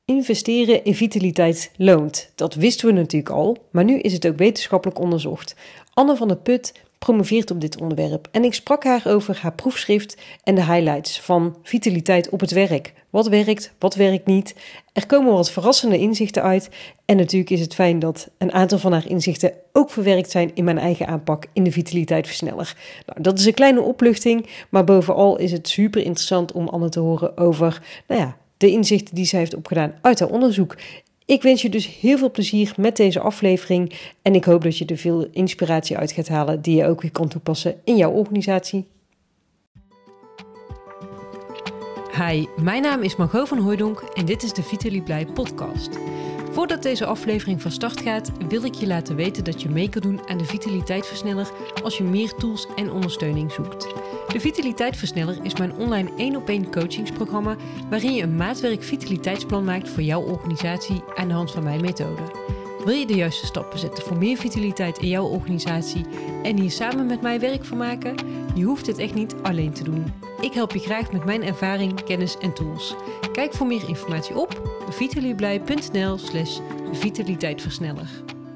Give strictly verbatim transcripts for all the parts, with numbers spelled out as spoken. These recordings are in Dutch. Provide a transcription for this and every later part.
Investeren in vitaliteit loont. Dat wisten we natuurlijk al, maar nu is het ook wetenschappelijk onderzocht. Anne van der Put promoveert op dit onderwerp en ik sprak haar over haar proefschrift en de highlights van vitaliteit op het werk. Wat werkt, wat werkt niet. Er komen wat verrassende inzichten uit en natuurlijk is het fijn dat een aantal van haar inzichten ook verwerkt zijn in mijn eigen aanpak in de Vitaliteitversneller. Nou, dat is een kleine opluchting, maar bovenal is het super interessant om Anne te horen over, nou ja, de inzichten die zij heeft opgedaan uit haar onderzoek. Ik wens je dus heel veel plezier met deze aflevering en ik hoop dat je er veel inspiratie uit gaat halen die je ook weer kan toepassen in jouw organisatie. Hi, mijn naam is Margot van Hooijdonk en dit is de Vitaly Blij podcast. Voordat deze aflevering van start gaat, wil ik je laten weten dat je mee kan doen aan de Vitaliteitversneller als je meer tools en ondersteuning zoekt. De Vitaliteitversneller is mijn online één op één coachingsprogramma waarin je een maatwerk vitaliteitsplan maakt voor jouw organisatie aan de hand van mijn methode. Wil je de juiste stappen zetten voor meer vitaliteit in jouw organisatie en hier samen met mij werk van maken? Je hoeft het echt niet alleen te doen. Ik help je graag met mijn ervaring, kennis en tools. Kijk voor meer informatie op vitalyblij.nl slash vitaliteitversneller.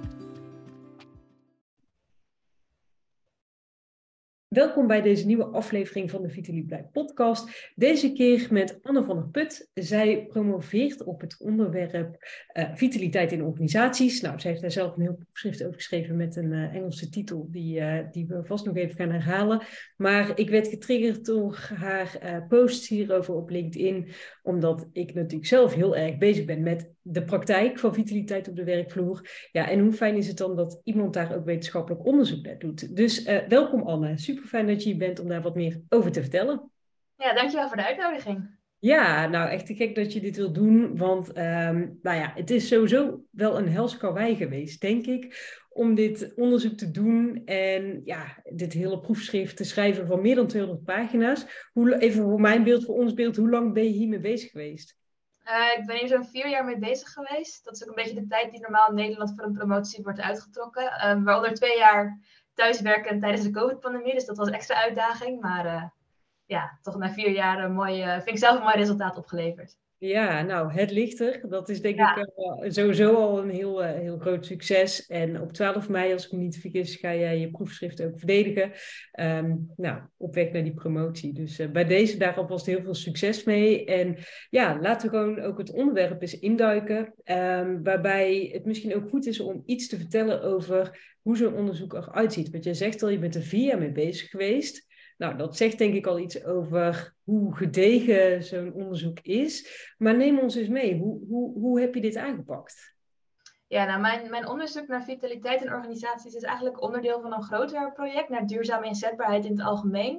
Welkom bij deze nieuwe aflevering van de Vitaly Blij podcast. Deze keer met Anne van der Put. Zij promoveert op het onderwerp uh, vitaliteit in organisaties. Nou, zij heeft daar zelf een heel proefschrift over geschreven met een uh, Engelse titel die, uh, die we vast nog even gaan herhalen. Maar ik werd getriggerd door haar uh, posts hierover op LinkedIn, omdat ik natuurlijk zelf heel erg bezig ben met de praktijk van vitaliteit op de werkvloer. Ja, en hoe fijn is het dan dat iemand daar ook wetenschappelijk onderzoek naar doet. Dus uh, welkom Anne, super fijn dat je hier bent om daar wat meer over te vertellen. Ja, dankjewel voor de uitnodiging. Ja, nou echt te gek dat je dit wilt doen, want um, nou ja, het is sowieso wel een hels karwei geweest, denk ik, om dit onderzoek te doen en ja, dit hele proefschrift te schrijven van meer dan tweehonderd pagina's. Hoe, even voor mijn beeld, voor ons beeld, hoe lang ben je hiermee bezig geweest? Uh, ik ben hier zo'n vier jaar mee bezig geweest. Dat is ook een beetje de tijd die normaal in Nederland voor een promotie wordt uitgetrokken. Um, waaronder twee jaar thuiswerken tijdens de COVID-pandemie. Dus dat was een extra uitdaging. Maar uh, ja, toch na vier jaar een mooi, uh, vind ik zelf een mooi resultaat opgeleverd. Ja, nou, het ligt er. Dat is denk ja. ik uh, sowieso al een heel, uh, heel groot succes. En op twaalf mei, als ik me niet vergis, ga jij je proefschrift ook verdedigen. Um, nou, op weg naar die promotie. Dus uh, bij deze daar alvast heel veel succes mee. En ja, laten we gewoon ook het onderwerp eens induiken. Um, waarbij het misschien ook goed is om iets te vertellen over hoe zo'n onderzoek eruit ziet. Want jij zegt al, je bent er vier jaar mee bezig geweest. Nou, dat zegt denk ik al iets over hoe gedegen zo'n onderzoek is. Maar neem ons eens mee. Hoe, hoe, hoe heb je dit aangepakt? Ja, nou, mijn, mijn onderzoek naar vitaliteit in organisaties is eigenlijk onderdeel van een groter project naar duurzame inzetbaarheid in het algemeen.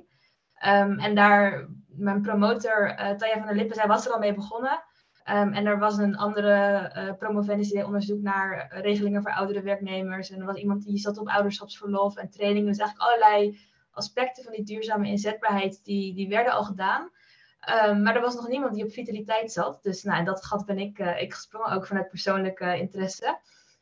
Um, en daar, mijn promotor uh, Tanja van der Lippen, zij was er al mee begonnen. Um, en er was een andere uh, promovendus die deed onderzoek naar uh, regelingen voor oudere werknemers. En er was iemand die zat op ouderschapsverlof en training. Dus eigenlijk allerlei aspecten van die duurzame inzetbaarheid, die, die werden al gedaan. Um, maar er was nog niemand die op vitaliteit zat. Dus nou, in dat gat ben ik, uh, ik gesprongen, ook vanuit persoonlijke uh, interesse.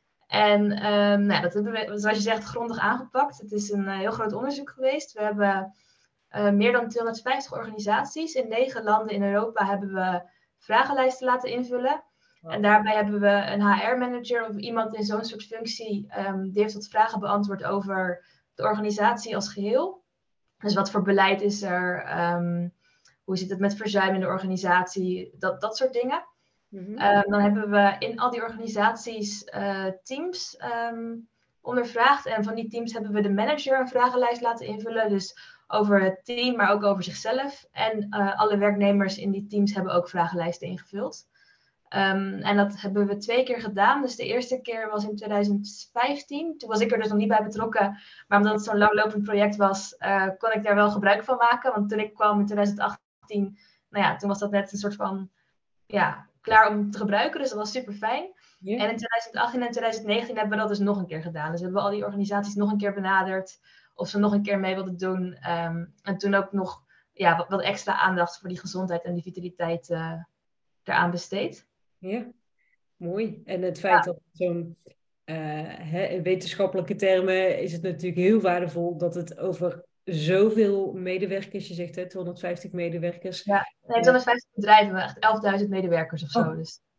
En um, nou, dat hebben we, zoals je zegt, grondig aangepakt. Het is een uh, heel groot onderzoek geweest. We hebben uh, meer dan tweehonderdvijftig organisaties. In negen landen in Europa hebben we vragenlijsten laten invullen. Wow. En daarbij hebben we een H R-manager of iemand in zo'n soort functie. Um, die heeft wat vragen beantwoord over de organisatie als geheel. Dus wat voor beleid is er? Um, hoe zit het met verzuim in de organisatie? Dat, dat soort dingen. Mm-hmm. Um, dan hebben we in al die organisaties uh, teams um, ondervraagd. En van die teams hebben we de manager een vragenlijst laten invullen. Dus over het team, maar ook over zichzelf. En uh, alle werknemers in die teams hebben ook vragenlijsten ingevuld. Um, en dat hebben we twee keer gedaan. Dus de eerste keer was in twintig vijftien. Toen was ik er dus nog niet bij betrokken. Maar omdat het zo'n langlopend project was, uh, kon ik daar wel gebruik van maken. Want toen ik kwam in twintig achttien, nou ja, toen was dat net een soort van, ja, klaar om te gebruiken. Dus dat was super fijn. Yeah. En in twintig achttien en twintig negentien hebben we dat dus nog een keer gedaan. Dus hebben we al die organisaties nog een keer benaderd. Of ze nog een keer mee wilden doen. Um, en toen ook nog ja, wat, wat extra aandacht voor die gezondheid en die vitaliteit uh, eraan besteed. Ja, mooi. En het feit ja. dat zo'n uh, hè, in wetenschappelijke termen is het natuurlijk heel waardevol dat het over zoveel medewerkers, je zegt hè, tweehonderdvijftig medewerkers. Ja, nee, tweehonderdvijftig bedrijven, echt elfduizend medewerkers of zo. Oh. Dus.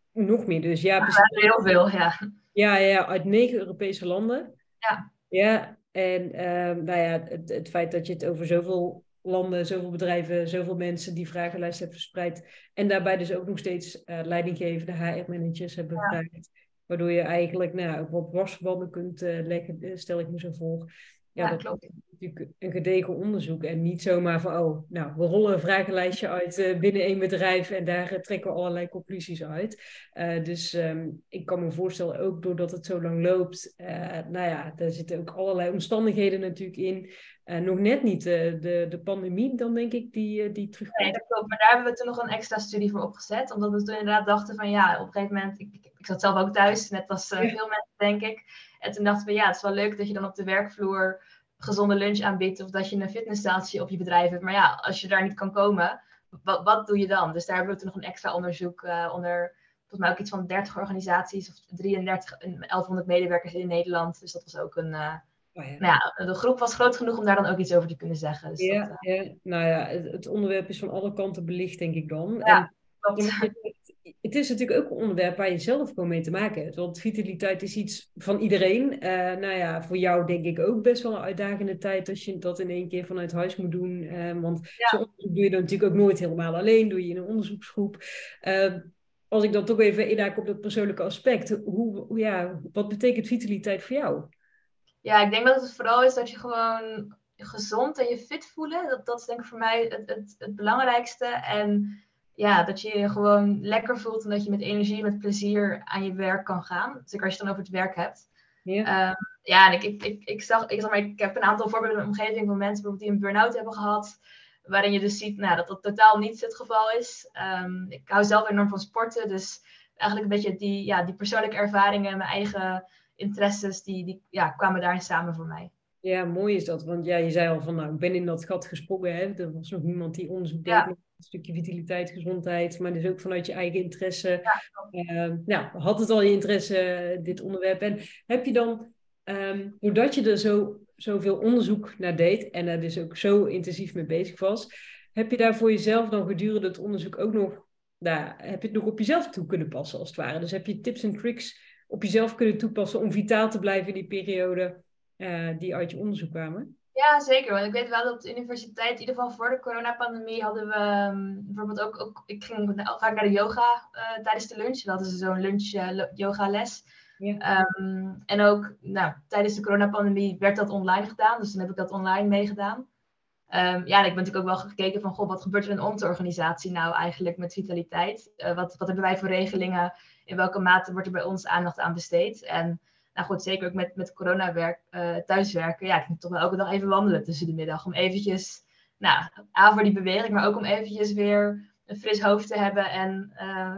nog meer dus. Ja, Maar precies. heel veel, ja. Ja, ja, uit negen Europese landen. Ja, Ja, en ehm, nou ja, het, het feit dat je het over zoveel landen, zoveel bedrijven, zoveel mensen die vragenlijst hebt verspreid. En daarbij dus ook nog steeds uh, leidinggevende H R-managers hebben ja, gevraagd. Waardoor je eigenlijk nou, ja, ook wat wasverbanden kunt uh, leggen, uh, stel ik me zo voor. Ja, ja, dat klopt. is natuurlijk een gedegen onderzoek. En niet zomaar van, oh, nou, we rollen een vragenlijstje uit uh, binnen één bedrijf en daar uh, trekken we allerlei conclusies uit. Uh, dus um, ik kan me voorstellen, ook doordat het zo lang loopt, uh, nou ja, daar zitten ook allerlei omstandigheden natuurlijk in. Uh, nog net niet uh, de, de pandemie, dan denk ik, die, uh, die terugkomt. Nee, dat klopt. Maar daar hebben we toen nog een extra studie voor opgezet. Omdat we toen inderdaad dachten van ja, op een gegeven moment, ik, ik, ik zat zelf ook thuis, net als uh, ja. veel mensen denk ik. En toen dachten we ja, het is wel leuk dat je dan op de werkvloer gezonde lunch aanbiedt. Of dat je een fitnessstation op je bedrijf hebt. Maar ja, als je daar niet kan komen, wat, wat doe je dan? Dus daar hebben we toen nog een extra onderzoek uh, onder, volgens mij ook iets van dertig organisaties. Of drieëndertig, elfhonderd medewerkers in Nederland. Dus dat was ook een... Uh, Oh ja. Nou ja, de groep was groot genoeg om daar dan ook iets over te kunnen zeggen. Dus ja, dat, uh... ja, nou ja, het, het onderwerp is van alle kanten belicht, denk ik dan. Ja, en klopt. het is natuurlijk ook een onderwerp waar je zelf gewoon mee te maken hebt. Want vitaliteit is iets van iedereen. Uh, nou ja, voor jou denk ik ook best wel een uitdagende tijd als je dat in één keer vanuit huis moet doen. Uh, want ja. Zo'n onderzoek doe je dan natuurlijk ook nooit helemaal alleen. Doe je in een onderzoeksgroep. Uh, als ik dan toch even inhaak op dat persoonlijke aspect. Hoe, hoe, ja, wat betekent vitaliteit voor jou? Ja, ik denk dat het vooral is dat je gewoon gezond en je fit voelen. Dat, dat is denk ik voor mij het, het, het belangrijkste. En ja, dat je je gewoon lekker voelt en dat je met energie, met plezier aan je werk kan gaan. Dus als je het dan over het werk hebt. Ja, um, ja en ik, ik, ik, ik, zag, ik, zeg maar, ik heb een aantal voorbeelden in mijn omgeving van mensen die een burn-out hebben gehad. Waarin je dus ziet nou, dat dat totaal niet het geval is. Um, ik hou zelf enorm van sporten. Dus eigenlijk een beetje die, ja, die persoonlijke ervaringen, mijn eigen interesses, die, die ja, kwamen daarin samen voor mij. Ja, mooi is dat. Want ja, je zei al van, nou, ik ben in dat gat gesprongen. Hè? Er was nog niemand die onderzoek deed. Ja. Een stukje vitaliteit, gezondheid. Maar dus ook vanuit je eigen interesse. Ja. Uh, nou, had het al je interesse, dit onderwerp. En heb je dan, um, doordat je er zo, zoveel onderzoek naar deed. En er dus ook zo intensief mee bezig was. Heb je daar voor jezelf dan gedurende het onderzoek ook nog, nou, heb je het nog op jezelf toe kunnen passen als het ware? Dus heb je tips en tricks op jezelf kunnen toepassen om vitaal te blijven in die periode Uh, die uit je onderzoek kwamen? Ja, zeker. Want ik weet wel dat op de universiteit, in ieder geval voor de coronapandemie, hadden we um, bijvoorbeeld ook, ook... Ik ging vaak naar de yoga uh, tijdens de lunch. Dat is zo'n lunch uh, yoga les. Ja. Um, en ook nou, tijdens de coronapandemie werd dat online gedaan. Dus dan heb ik dat online meegedaan. Um, ja, en ik ben natuurlijk ook wel gekeken van, goh, wat gebeurt er in onze organisatie nou eigenlijk met vitaliteit? Uh, wat, wat hebben wij voor regelingen? In welke mate wordt er bij ons aandacht aan besteed? En nou goed, zeker ook met, met coronawerk, uh, thuiswerken. Ja, ik moet toch wel elke dag even wandelen tussen de middag. Om eventjes, nou, A voor die beweging, maar ook om eventjes weer een fris hoofd te hebben. En uh,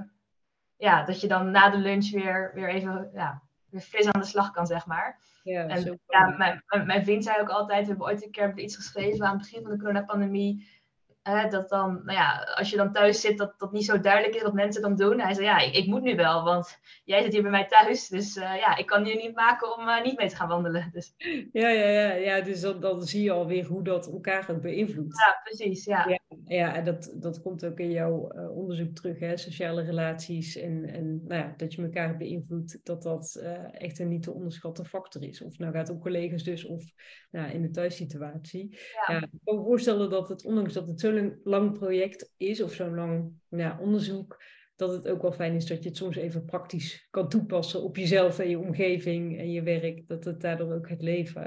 ja, dat je dan na de lunch weer, weer even ja, weer fris aan de slag kan, zeg maar. Ja, en ja, mijn, mijn, mijn vriend zei ook altijd, we hebben ooit een keer iets geschreven aan het begin van de coronapandemie. Uh, dat dan, nou ja, als je dan thuis zit, dat dat niet zo duidelijk is wat mensen dan doen. Hij zei, ja, ik, ik moet nu wel, want jij zit hier bij mij thuis. Dus uh, ja, ik kan je niet maken om uh, niet mee te gaan wandelen. Dus. Ja, ja, ja, ja, dus dan, dan zie je alweer hoe dat elkaar ook beïnvloedt. Ja, precies, ja. Ja, ja en dat, dat komt ook in jouw uh, onderzoek terug, hè? Sociale relaties en, en nou ja, dat je elkaar beïnvloedt, dat dat uh, echt een niet te onderschatte factor is. Of nou gaat het om collega's dus, of nou, in de thuissituatie. Ja. Ja, ik kan me voorstellen dat het, ondanks dat het zo'n lang project is, of zo'n lang nou, onderzoek, dat het ook wel fijn is dat je het soms even praktisch kan toepassen op jezelf en je omgeving en je werk, dat het daardoor ook het leven.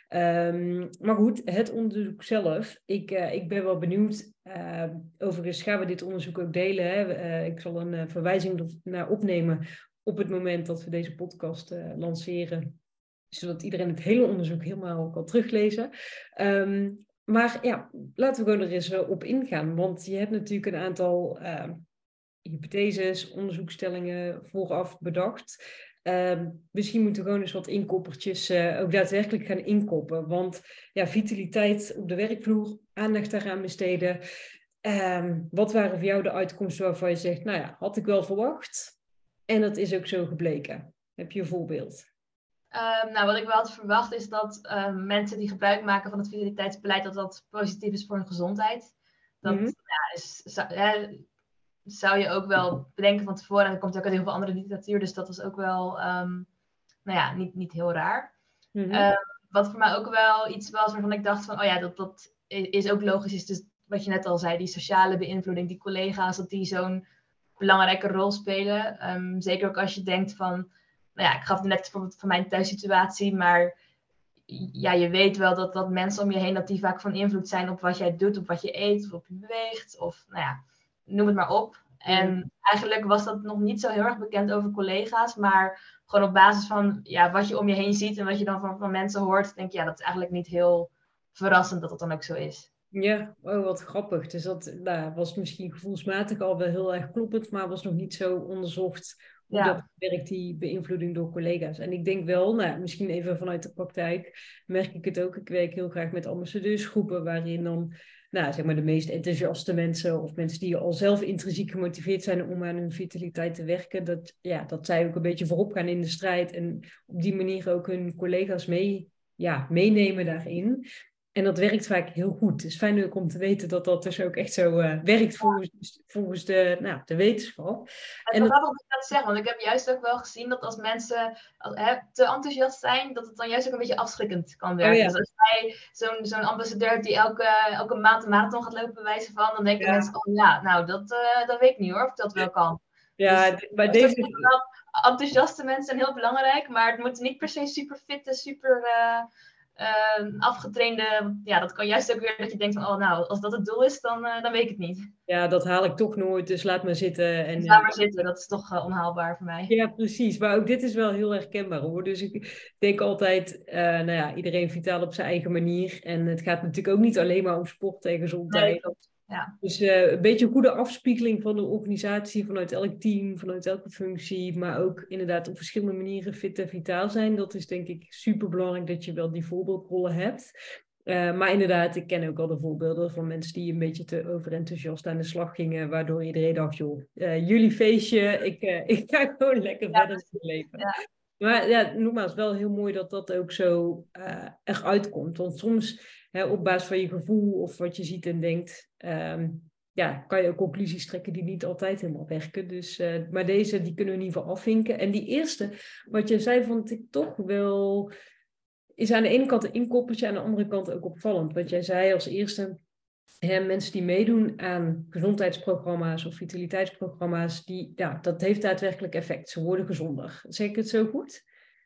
Um, maar goed, het onderzoek zelf, ik, uh, ik ben wel benieuwd. Uh, overigens gaan we dit onderzoek ook delen. Hè? Uh, ik zal een uh, verwijzing naar opnemen op het moment dat we deze podcast uh, lanceren, zodat iedereen het hele onderzoek helemaal kan teruglezen. Um, maar ja, laten we gewoon er eens uh, op ingaan, want je hebt natuurlijk een aantal Uh, hypotheses, onderzoekstellingen vooraf bedacht. Uh, misschien moeten we gewoon eens wat inkoppertjes uh, ook daadwerkelijk gaan inkoppen. Want ja, vitaliteit op de werkvloer, aandacht daaraan besteden. Uh, wat waren voor jou de uitkomsten waarvan je zegt, nou ja, had ik wel verwacht. En dat is ook zo gebleken. Heb je een voorbeeld? Um, nou, wat ik wel had verwacht is dat um, mensen die gebruik maken van het vitaliteitsbeleid, dat dat positief is voor hun gezondheid. Dat mm-hmm. ja, is... is uh, zou je ook wel bedenken van tevoren. En er komt ook uit heel veel andere literatuur. Dus dat was ook wel, um, nou ja, niet, niet heel raar. Mm-hmm. Uh, wat voor mij ook wel iets was waarvan ik dacht van, oh ja, dat, dat is ook logisch. Is dus wat je net al zei, die sociale beïnvloeding, die collega's, dat die zo'n belangrijke rol spelen. Um, zeker ook als je denkt van, nou ja, ik gaf net bijvoorbeeld van mijn thuissituatie, maar ja, je weet wel dat, dat mensen om je heen, dat die vaak van invloed zijn op wat jij doet, op wat je eet, of op je beweegt, of nou ja, noem het maar op. En mm. eigenlijk was dat nog niet zo heel erg bekend over collega's, maar gewoon op basis van ja, wat je om je heen ziet en wat je dan van, van mensen hoort, denk je, ja, dat is eigenlijk niet heel verrassend dat dat dan ook zo is. Ja, oh, wat grappig. Dus dat nou, was misschien gevoelsmatig al wel heel erg kloppend, maar was nog niet zo onderzocht hoe ja. dat werkt, die beïnvloeding door collega's. En ik denk wel, nou, misschien even vanuit de praktijk, merk ik het ook. Ik werk heel graag met ambassadeursgroepen, waarin dan, nou, zeg maar de meest enthousiaste mensen of mensen die al zelf intrinsiek gemotiveerd zijn om aan hun vitaliteit te werken, dat, ja, dat zij ook een beetje voorop gaan in de strijd en op die manier ook hun collega's mee, ja, meenemen daarin. En dat werkt vaak heel goed. Het is fijn ook om te weten dat dat dus ook echt zo uh, werkt volgens, volgens de, nou, de wetenschap. Het en dat had ik dat zeggen, want ik heb juist ook wel gezien dat als mensen als, hè, te enthousiast zijn, dat het dan juist ook een beetje afschrikkend kan werken. Oh, ja. Dus als jij zo'n, zo'n ambassadeur hebt die elke, elke maand een marathon gaat lopen, wijze van, dan denken ja. mensen, oh ja, nou, dat, uh, dat weet ik niet hoor, of ik dat wel kan. Ja, dus, bij deze... Enthousiaste mensen zijn heel belangrijk, maar het moeten niet per se super fitte, super... Uh, Uh, afgetrainde, ja, dat kan juist ook weer dat je denkt van, oh nou, als dat het doel is, dan, uh, dan weet ik het niet. Ja, dat haal ik toch nooit, dus laat maar zitten. En, dus laat maar uh, zitten, dat is toch uh, onhaalbaar voor mij. Ja, precies. Maar ook dit is wel heel herkenbaar hoor. Dus ik denk altijd, uh, nou ja, iedereen vitaal op zijn eigen manier. En het gaat natuurlijk ook niet alleen maar om sport en gezondheid. Nee, ja. Dus uh, een beetje een goede afspiegeling van de organisatie vanuit elk team, vanuit elke functie, maar ook inderdaad op verschillende manieren fit en vitaal zijn. Dat is denk ik super belangrijk dat je wel die voorbeeldrollen hebt. Uh, maar inderdaad, ik ken ook al de voorbeelden van mensen die een beetje te overenthousiast aan de slag gingen, waardoor iedereen dacht, joh, uh, jullie feestje, ik, uh, ik ga gewoon lekker ja, verder met het leven. Ja. Maar ja, nogmaals, wel heel mooi dat dat ook zo uh, eruit komt. Want soms, hè, op basis van je gevoel of wat je ziet en denkt, um, ja, kan je ook conclusies trekken die niet altijd helemaal werken. Dus, uh, maar deze, die kunnen we in ieder geval afvinken. En die eerste, wat je zei, vond ik toch wel, is aan de ene kant een inkoppertje, aan de andere kant ook opvallend. Wat jij zei als eerste, hè, mensen die meedoen aan gezondheidsprogramma's of vitaliteitsprogramma's, die, ja, dat heeft daadwerkelijk effect. Ze worden gezonder. Zeg ik het zo goed?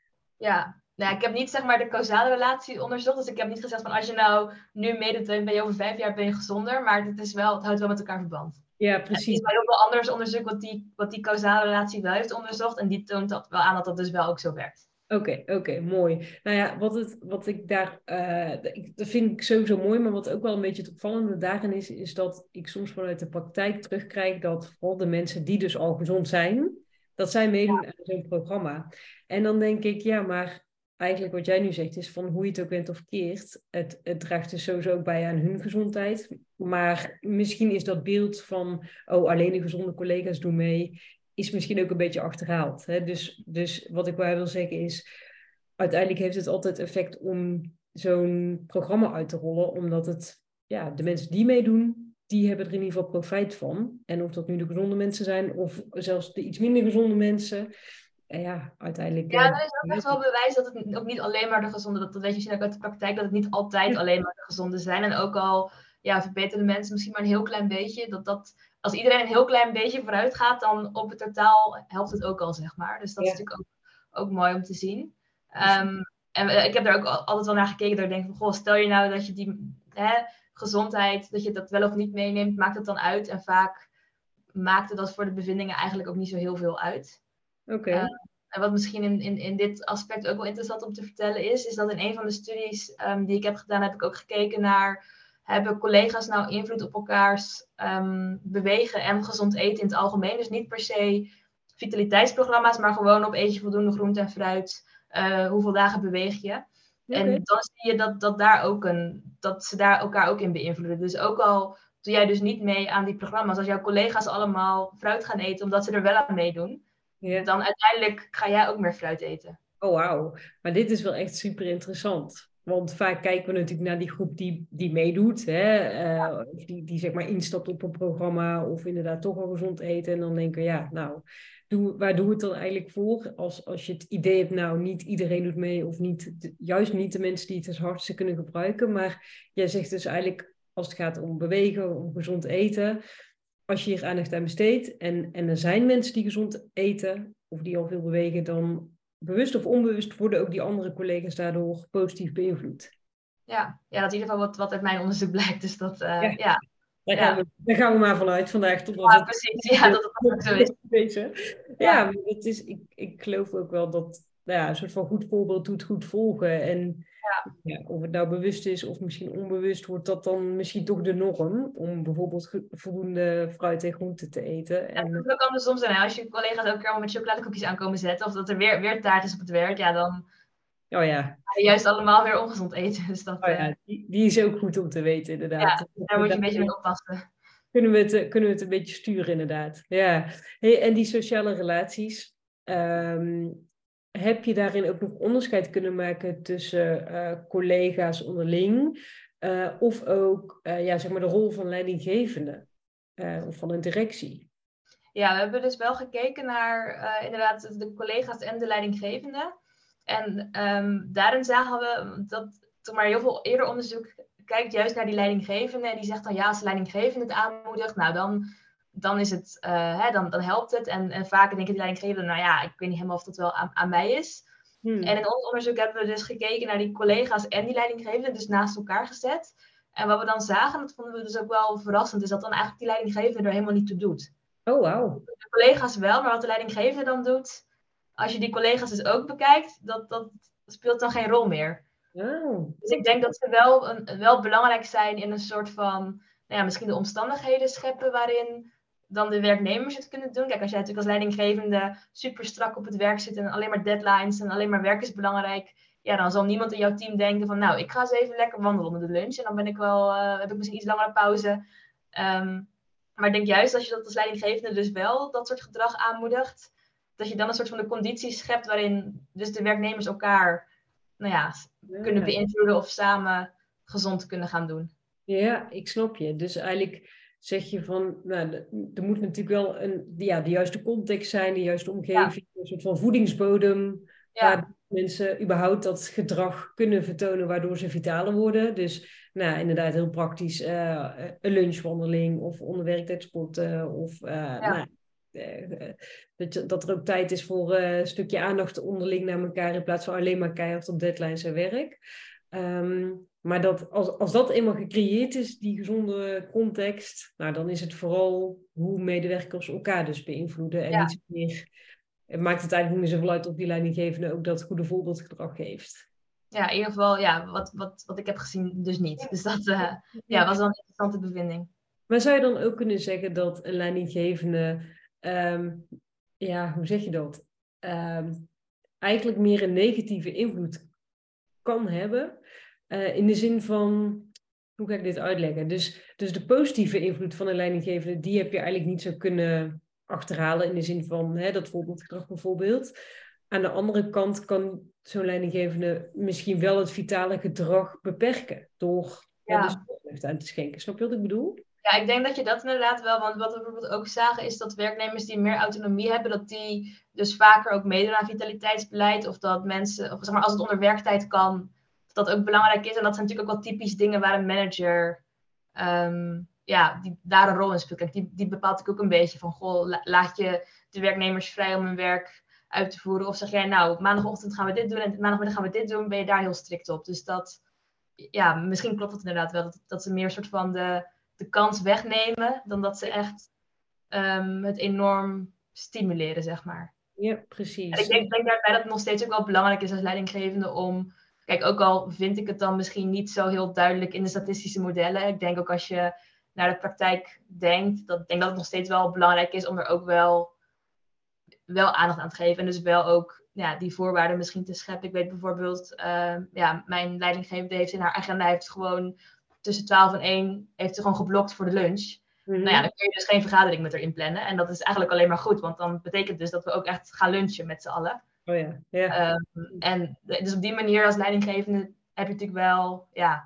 Ja, nou, ik heb niet zeg maar de causale relatie onderzocht. Dus ik heb niet gezegd van als je nou nu meedoet, dan ben je over vijf jaar ben je gezonder. Maar het, is wel, het houdt wel met elkaar verband. Ja, precies. Er is bij heel veel anders onderzoek wat die, wat die causale relatie wel heeft onderzocht. En die toont dat wel aan dat dat dus wel ook zo werkt. Oké, okay, oké, okay, mooi. Nou ja, wat, het, wat ik daar, uh, dat vind ik sowieso mooi, maar wat ook wel een beetje het opvallende daarin is, is dat ik soms vanuit de praktijk terugkrijg dat vooral de mensen die dus al gezond zijn, dat zij meedoen ja. aan zo'n programma. En dan denk ik, ja, maar eigenlijk wat jij nu zegt is van hoe je het ook bent of keert, het, het draagt dus sowieso ook bij aan hun gezondheid. Maar misschien is dat beeld van, oh, alleen de gezonde collega's doen mee, is misschien ook een beetje achterhaald. Hè? Dus, dus wat ik wel wil zeggen is, uiteindelijk heeft het altijd effect om zo'n programma uit te rollen, omdat het, ja, de mensen die meedoen, die hebben er in ieder geval profijt van. En of dat nu de gezonde mensen zijn, of zelfs de iets minder gezonde mensen. En ja, uiteindelijk... Ja, dat is ook echt wel bewijs dat het ook niet alleen maar de gezonde, dat, dat weet je misschien ook uit de praktijk, dat het niet altijd alleen maar de gezonde zijn. En ook al ja, verbeteren de mensen misschien maar een heel klein beetje, dat dat... Als iedereen een heel klein beetje vooruit gaat, dan op het totaal helpt het ook al, zeg maar. Dus dat ja. is natuurlijk ook, ook mooi om te zien. Um, en uh, ik heb daar ook altijd wel naar gekeken, dat ik denk van, goh, stel je nou dat je die hè, gezondheid, dat je dat wel of niet meeneemt, maakt het dan uit? En vaak maakte dat voor de bevindingen eigenlijk ook niet zo heel veel uit. Oké. Okay. Uh, en wat misschien in, in, in dit aspect ook wel interessant om te vertellen is, is dat in een van de studies um, die ik heb gedaan, heb ik ook gekeken naar... Hebben collega's nou invloed op elkaars um, bewegen en gezond eten in het algemeen? Dus niet per se vitaliteitsprogramma's, maar gewoon op eet je voldoende groente en fruit. Uh, hoeveel dagen beweeg je? Okay. En dan zie je dat, dat, daar ook een, dat ze daar elkaar ook in beïnvloeden. Dus ook al doe jij dus niet mee aan die programma's, als jouw collega's allemaal fruit gaan eten omdat ze er wel aan meedoen, yeah. dan uiteindelijk ga jij ook meer fruit eten. Oh wauw, maar dit is wel echt super interessant. Want vaak kijken we natuurlijk naar die groep die, die meedoet. Hè? Uh, of die, die zeg maar instapt op een programma. Of inderdaad toch al gezond eten. En dan denken we, ja, nou, doe, waar doen we het dan eigenlijk voor? Als, als je het idee hebt, nou, niet iedereen doet mee. Of niet, de, juist niet de mensen die het het hardste kunnen gebruiken. Maar jij zegt dus eigenlijk, als het gaat om bewegen, om gezond eten. Als je hier aandacht aan besteedt. En, en er zijn mensen die gezond eten. Of die al veel bewegen, dan... bewust of onbewust worden ook die andere collega's daardoor positief beïnvloed. Ja, ja, dat is in ieder geval wat, wat uit mijn onderzoek blijkt. Dus dat, uh, ja. ja. Daar, gaan we, daar gaan we maar vanuit vandaag. Totdat ja, het precies. Ja, dat het ook zo is. Deze. Ja, ja, maar het is, ik, ik geloof ook wel dat nou ja, een soort van goed voorbeeld doet goed volgen. En ja. Ja, of het nou bewust is of misschien onbewust, wordt dat dan misschien toch de norm. Om bijvoorbeeld voldoende fruit en groenten te eten. En... Ja, dat kan ook andersom zijn. Hè? Als je collega's elke keer met chocoladekoekjes aankomen zetten. Of dat er weer, weer taart is op het werk. Ja, dan... Oh ja. Juist allemaal weer ongezond eten. Dus dat, oh ja, die, die is ook goed om te weten, inderdaad. Ja, daar moet je een beetje mee oppassen. Kunnen we, het, kunnen we het een beetje sturen, inderdaad. Ja. Hey, en die sociale relaties. Um, heb je daarin ook nog onderscheid kunnen maken tussen uh, collega's onderling? Uh, of ook uh, ja, zeg maar de rol van leidinggevende? Uh, of van een directie? Ja, we hebben dus wel gekeken naar uh, inderdaad de collega's en de leidinggevende. En um, daarin zagen we dat toen maar heel veel eerder onderzoek kijkt juist naar die leidinggevende. En die zegt dan ja, als de leidinggevende het aanmoedigt, nou dan, dan, is het, uh, hè, dan, dan helpt het. En, en vaker denken die leidinggevende, nou ja, ik weet niet helemaal of dat wel aan, aan mij is. Hmm. En in ons onderzoek hebben we dus gekeken naar die collega's en die leidinggevende, dus naast elkaar gezet. En wat we dan zagen, dat vonden we dus ook wel verrassend, is dat dan eigenlijk die leidinggevende er helemaal niet toe doet. Oh, wauw. De collega's wel, maar wat de leidinggevende dan doet, als je die collega's dus ook bekijkt, dat, dat speelt dan geen rol meer. Oh. Dus ik denk dat ze wel, een, wel belangrijk zijn in een soort van, nou ja, misschien de omstandigheden scheppen waarin dan de werknemers het kunnen doen. Kijk, als jij natuurlijk als leidinggevende super strak op het werk zit en alleen maar deadlines en alleen maar werk is belangrijk, ja, dan zal niemand in jouw team denken van, nou, ik ga eens even lekker wandelen onder de lunch en dan ben ik wel, uh, heb ik misschien iets langere pauze. Um, maar ik denk juist als je dat als leidinggevende dus wel dat soort gedrag aanmoedigt, dat je dan een soort van de condities schept waarin dus de werknemers elkaar, nou ja, ja. kunnen beïnvloeden of samen gezond kunnen gaan doen. Ja, ik snap je. Dus eigenlijk zeg je van, nou, er moet natuurlijk wel een, ja, de juiste context zijn, de juiste omgeving, ja. een soort van voedingsbodem, ja. waar mensen überhaupt dat gedrag kunnen vertonen, waardoor ze vitaler worden. Dus nou, inderdaad heel praktisch, uh, een lunchwandeling of onder werktijd sporten of uh, ja. nou, uh, dat, dat er ook tijd is voor uh, een stukje aandacht onderling naar elkaar in plaats van alleen maar keihard op deadlines en werk. Um, maar dat, als, als dat eenmaal gecreëerd is, die gezonde context, nou, dan is het vooral hoe medewerkers elkaar dus beïnvloeden. En ja. niet meer, het maakt het eigenlijk niet meer zoveel uit of die leidinggevende ook dat goede voorbeeldgedrag geeft. Ja, in ieder geval, ja, wat, wat, wat ik heb gezien, dus niet. Dus dat uh, ja, was wel een interessante bevinding. Maar zou je dan ook kunnen zeggen dat een leidinggevende, um, ja, hoe zeg je dat? Um, eigenlijk meer een negatieve invloed kan hebben? Uh, in de zin van, hoe ga ik dit uitleggen? Dus, dus de positieve invloed van een leidinggevende, die heb je eigenlijk niet zo kunnen achterhalen in de zin van hè, dat voorbeeldgedrag bijvoorbeeld. Aan de andere kant kan zo'n leidinggevende misschien wel het vitale gedrag beperken door ja. Ja, dus aandacht aan te schenken. Snap je wat ik bedoel? Ja, ik denk dat je dat inderdaad wel, want wat we bijvoorbeeld ook zagen is dat werknemers die meer autonomie hebben, dat die dus vaker ook meedoen aan vitaliteitsbeleid of dat mensen, of zeg maar als het onder werktijd kan, dat ook belangrijk is. En dat zijn natuurlijk ook wel typisch dingen waar een manager um, ja, die daar een rol in speelt. Kijk, die, die bepaalt natuurlijk ook een beetje van, goh, la, laat je de werknemers vrij om hun werk uit te voeren. Of zeg jij, nou, maandagochtend gaan we dit doen en maandagmiddag gaan we dit doen. Ben je daar heel strikt op. Dus dat, ja, misschien klopt het inderdaad wel. Dat, dat ze meer een soort van de, de kans wegnemen dan dat ze echt um, het enorm stimuleren, zeg maar. Ja, precies. En ik denk, denk daarbij dat het nog steeds ook wel belangrijk is als leidinggevende om... Kijk, ook al vind ik het dan misschien niet zo heel duidelijk in de statistische modellen. Ik denk ook als je naar de praktijk denkt, dat ik denk dat het nog steeds wel belangrijk is om er ook wel, wel aandacht aan te geven. En dus wel ook ja, die voorwaarden misschien te scheppen. Ik weet bijvoorbeeld, uh, ja, mijn leidinggevende heeft in haar agenda heeft gewoon tussen twaalf en één heeft ze gewoon geblokt voor de lunch. Mm-hmm. Nou ja, dan kun je dus geen vergadering met haar inplannen. En dat is eigenlijk alleen maar goed, want dan betekent dus dat we ook echt gaan lunchen met z'n allen. Oh ja, ja. Um, en dus op die manier als leidinggevende heb je natuurlijk wel, ja,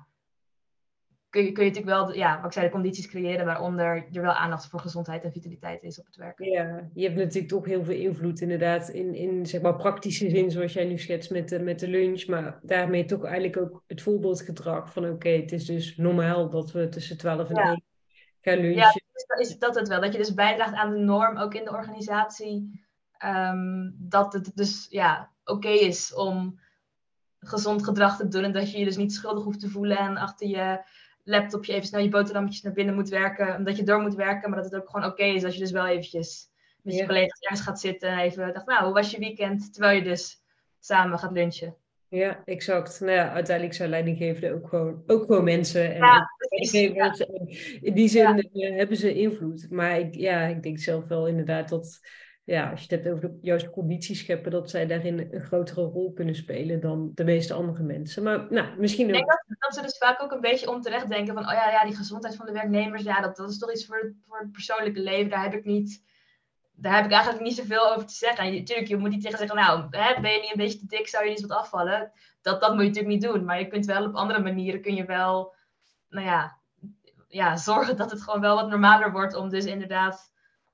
kun je, kun je natuurlijk wel, ja, wat ik zei, de condities creëren waaronder er wel aandacht voor gezondheid en vitaliteit is op het werk. Ja, je hebt natuurlijk toch heel veel invloed inderdaad in, in zeg maar praktische zin, zoals jij nu schetst met de, met de lunch, maar daarmee toch eigenlijk ook het voorbeeldgedrag van oké, okay, het is dus normaal dat we tussen twaalf en Ja. één gaan lunchen. Ja, is, is dat het wel. Dat je dus bijdraagt aan de norm, ook in de organisatie. Um, dat het dus ja, oké okay is om gezond gedrag te doen. En dat je je dus niet schuldig hoeft te voelen. En achter je laptopje even snel je boterhammetjes naar binnen moet werken. Omdat je door moet werken. Maar dat het ook gewoon oké okay is als je dus wel eventjes met je ja. collega's ergens gaat zitten. En even dacht, nou, hoe was je weekend? Terwijl je dus samen gaat lunchen. Ja, exact. Nou ja, uiteindelijk zijn leidinggevenden ook gewoon, ook gewoon mensen. En ja, ook leidinggevers. Ja. In die zin ja. hebben ze invloed. Maar ik, ja, ik denk zelf wel inderdaad dat, ja, als je het hebt over de juiste condities scheppen, dat zij daarin een grotere rol kunnen spelen dan de meeste andere mensen. Maar nou, misschien ook. Ik denk dat, dat ze dus vaak ook een beetje onterecht denken van, oh ja, ja die gezondheid van de werknemers, ja, dat, dat is toch iets voor het, voor het persoonlijke leven. Daar heb ik niet... Daar heb ik eigenlijk niet zoveel over te zeggen. En natuurlijk, je moet niet tegen zeggen, nou, hè, ben je niet een beetje te dik, zou je niet wat afvallen? Dat, dat moet je natuurlijk niet doen. Maar je kunt wel op andere manieren, kun je wel, nou ja, ja zorgen dat het gewoon wel wat normaler wordt. Om dus inderdaad,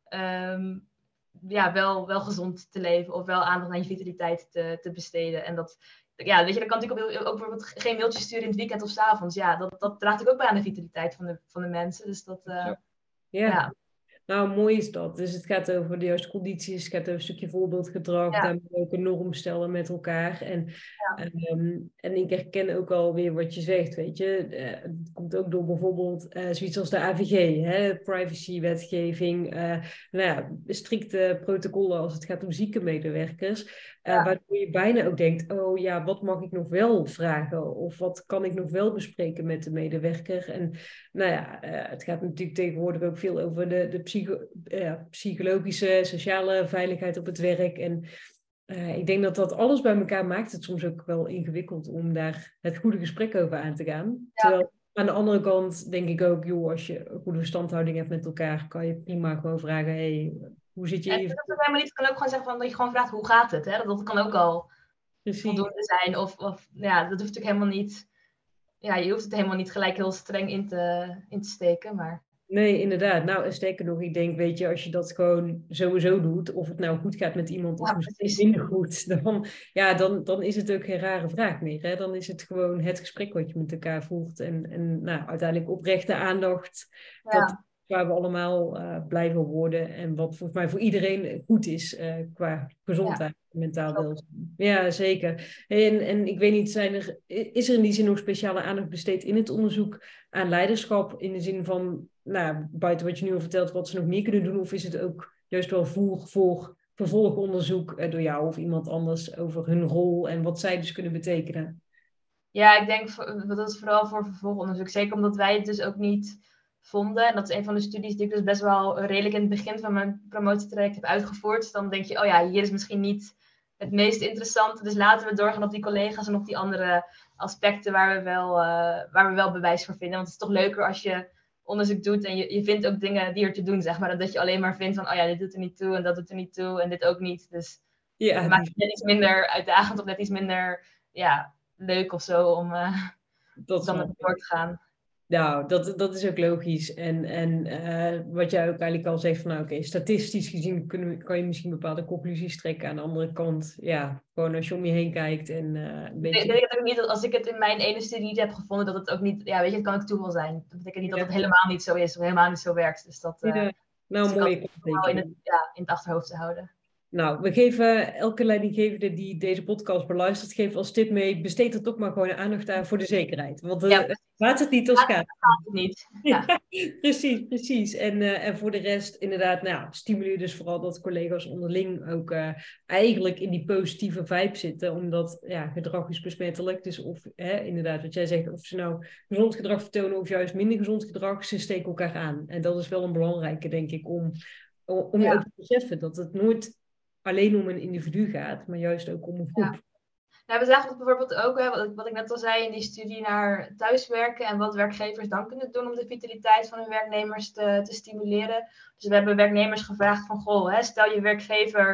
um, ja, wel, wel gezond te leven. Of wel aandacht aan je vitaliteit te, te besteden. En dat, ja, weet je, dan kan natuurlijk ook, ook bijvoorbeeld geen mailtjes sturen in het weekend of 's avonds. Ja, dat, dat draagt ook bij aan de vitaliteit van de, van de mensen. Dus dat, uh, ja. ja. Nou, mooi is dat. Dus het gaat over de juiste condities, het gaat over een stukje voorbeeldgedrag, ja. Daarmee ook een norm stellen met elkaar. En, ja. um, en ik herken ook alweer wat je zegt, weet je. Uh, het komt ook door bijvoorbeeld uh, zoiets als de A V G, hè? Privacy-wetgeving, uh, nou ja, strikte protocollen als het gaat om zieke medewerkers. Uh, ja. Waardoor je bijna ook denkt, oh ja, wat mag ik nog wel vragen? Of wat kan ik nog wel bespreken met de medewerker? En nou ja, uh, het gaat natuurlijk tegenwoordig ook veel over de, de psycho, uh, psychologische, sociale veiligheid op het werk. En uh, ik denk dat dat alles bij elkaar maakt het soms ook wel ingewikkeld om daar het goede gesprek over aan te gaan. Ja. Terwijl aan de andere kant denk ik ook, joh, als je een goede verstandhouding hebt met elkaar, kan je prima gewoon vragen, hey, hoe zit je hier? En dat is helemaal niet, kan ook gewoon zeggen van, dat je gewoon vraagt, hoe gaat het? Hè? Dat kan ook al Precies. voldoende zijn. Of, of ja, dat hoeft natuurlijk helemaal niet... Ja, je hoeft het helemaal niet gelijk heel streng in te, in te steken, maar... Nee, inderdaad. Nou, en sterker nog, ik denk, weet je, als je dat gewoon sowieso doet, of het nou goed gaat met iemand of ja, misschien minder goed, dan, ja, dan, dan is het ook geen rare vraag meer. Hè? Dan is het gewoon het gesprek wat je met elkaar voert en, en nou, uiteindelijk oprechte aandacht, ja. dat, waar we allemaal uh, blij van worden en wat volgens mij voor iedereen goed is uh, qua gezondheid. Ja. Mentaal welzijn. Ja, zeker. En, en ik weet niet, zijn er, is er in die zin nog speciale aandacht besteed in het onderzoek aan leiderschap? In de zin van, nou, buiten wat je nu al vertelt, wat ze nog meer kunnen doen? Of is het ook juist wel voer voor vervolgonderzoek eh, door jou of iemand anders over hun rol en wat zij dus kunnen betekenen? Ja, ik denk dat is vooral voor vervolgonderzoek. Zeker omdat wij het dus ook niet vonden. En dat is een van de studies die ik dus best wel redelijk in het begin van mijn promotietraject heb uitgevoerd. Dus dan denk je, oh ja, hier is misschien niet het meest interessante. Dus laten we doorgaan op die collega's en op die andere aspecten waar we wel, uh, waar we wel bewijs voor vinden. Want het is toch leuker als je onderzoek doet en je, je vindt ook dingen die er te doen, zeg maar. Dan dat je alleen maar vindt van, oh ja, dit doet er niet toe en dat doet er niet toe en dit ook niet. Dus ja, dat maakt het net iets minder uitdagend of net iets minder ja, leuk of zo om uh, dat dan met door te gaan. Nou, dat, dat is ook logisch. En, en uh, wat jij ook eigenlijk al zegt van, nou oké, okay, statistisch gezien kunnen, kan je misschien bepaalde conclusies trekken. Aan de andere kant, ja, gewoon als je om je heen kijkt en uh, een beetje... Ik denk ook niet dat als ik het in mijn ene studie niet heb gevonden, dat het ook niet, ja weet je, het kan ook toeval zijn. Dat betekent niet ja. dat het helemaal niet zo is of helemaal niet zo werkt. Dus dat uh, ja. Nou, dus mooi. wel in het, ja, in het achterhoofd te houden. Nou, we geven elke leidinggevende die deze podcast beluistert, geven als tip mee, besteed er toch maar gewoon aandacht aan voor de zekerheid. Want uh, ja, laat het niet als gaat. Dat gaat het niet. Ja. Ja, precies, precies. En, uh, en voor de rest, inderdaad, nou, stimuleer dus vooral dat collega's onderling ook uh, eigenlijk in die positieve vibe zitten. Omdat, ja, gedrag is besmettelijk. Dus of, hè, inderdaad, wat jij zegt, of ze nou gezond gedrag vertonen of juist minder gezond gedrag, ze steken elkaar aan. En dat is wel een belangrijke, denk ik, om, om ja. je ook te beseffen dat het nooit alleen om een individu gaat, maar juist ook om een groep. Ja. Nou, we zagen het bijvoorbeeld ook, hè, wat, wat ik net al zei, in die studie naar thuiswerken en wat werkgevers dan kunnen doen om de vitaliteit van hun werknemers te, te stimuleren. Dus we hebben werknemers gevraagd van, goh, hè, stel je werkgever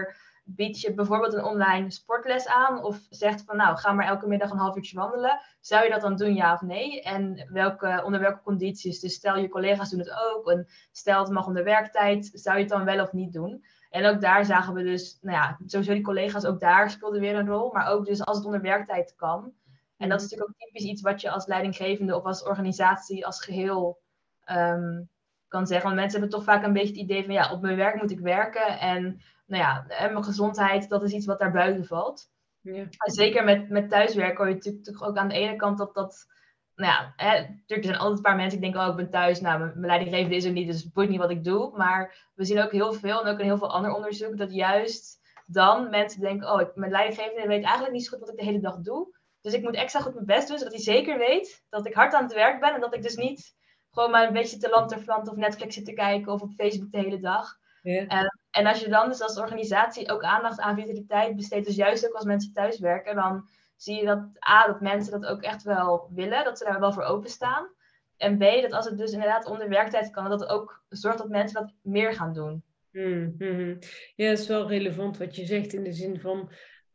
biedt je bijvoorbeeld een online sportles aan of zegt van nou, ga maar elke middag een half uurtje wandelen. Zou je dat dan doen, ja of nee? En welke, onder welke condities? Dus stel je collega's doen het ook en stel het mag onder werktijd, zou je het dan wel of niet doen? En ook daar zagen we dus, nou ja, sowieso die collega's, ook daar speelden weer een rol, maar ook dus als het onder werktijd kan. En dat is natuurlijk ook typisch iets wat je als leidinggevende of als organisatie als geheel um, kan zeggen. Want mensen hebben toch vaak een beetje het idee van ja, op mijn werk moet ik werken. En nou ja, en mijn gezondheid, dat is iets wat daar buiten valt. Ja. En zeker met, met thuiswerken hoor je natuurlijk ook aan de ene kant dat dat... Nou ja, hè, natuurlijk er zijn altijd een paar mensen die denken, oh ik ben thuis, nou mijn, mijn leidinggevende is er niet, dus het boeit niet wat ik doe. Maar we zien ook heel veel en ook in heel veel ander onderzoek dat juist dan mensen denken, oh ik, mijn leidinggevende weet eigenlijk niet zo goed wat ik de hele dag doe. Dus ik moet extra goed mijn best doen, zodat hij zeker weet dat ik hard aan het werk ben. En dat ik dus niet gewoon maar een beetje te lanterflant of Netflix zit te kijken of op Facebook de hele dag. Ja. En, en als je dan dus als organisatie ook aandacht aan vitaliteit besteedt, dus juist ook als mensen thuiswerken, dan zie je dat A, dat mensen dat ook echt wel willen, dat ze daar wel voor openstaan. En B, dat als het dus inderdaad onder werktijd kan, dat het ook zorgt dat mensen dat meer gaan doen. Mm-hmm. Ja, het is wel relevant wat je zegt in de zin van...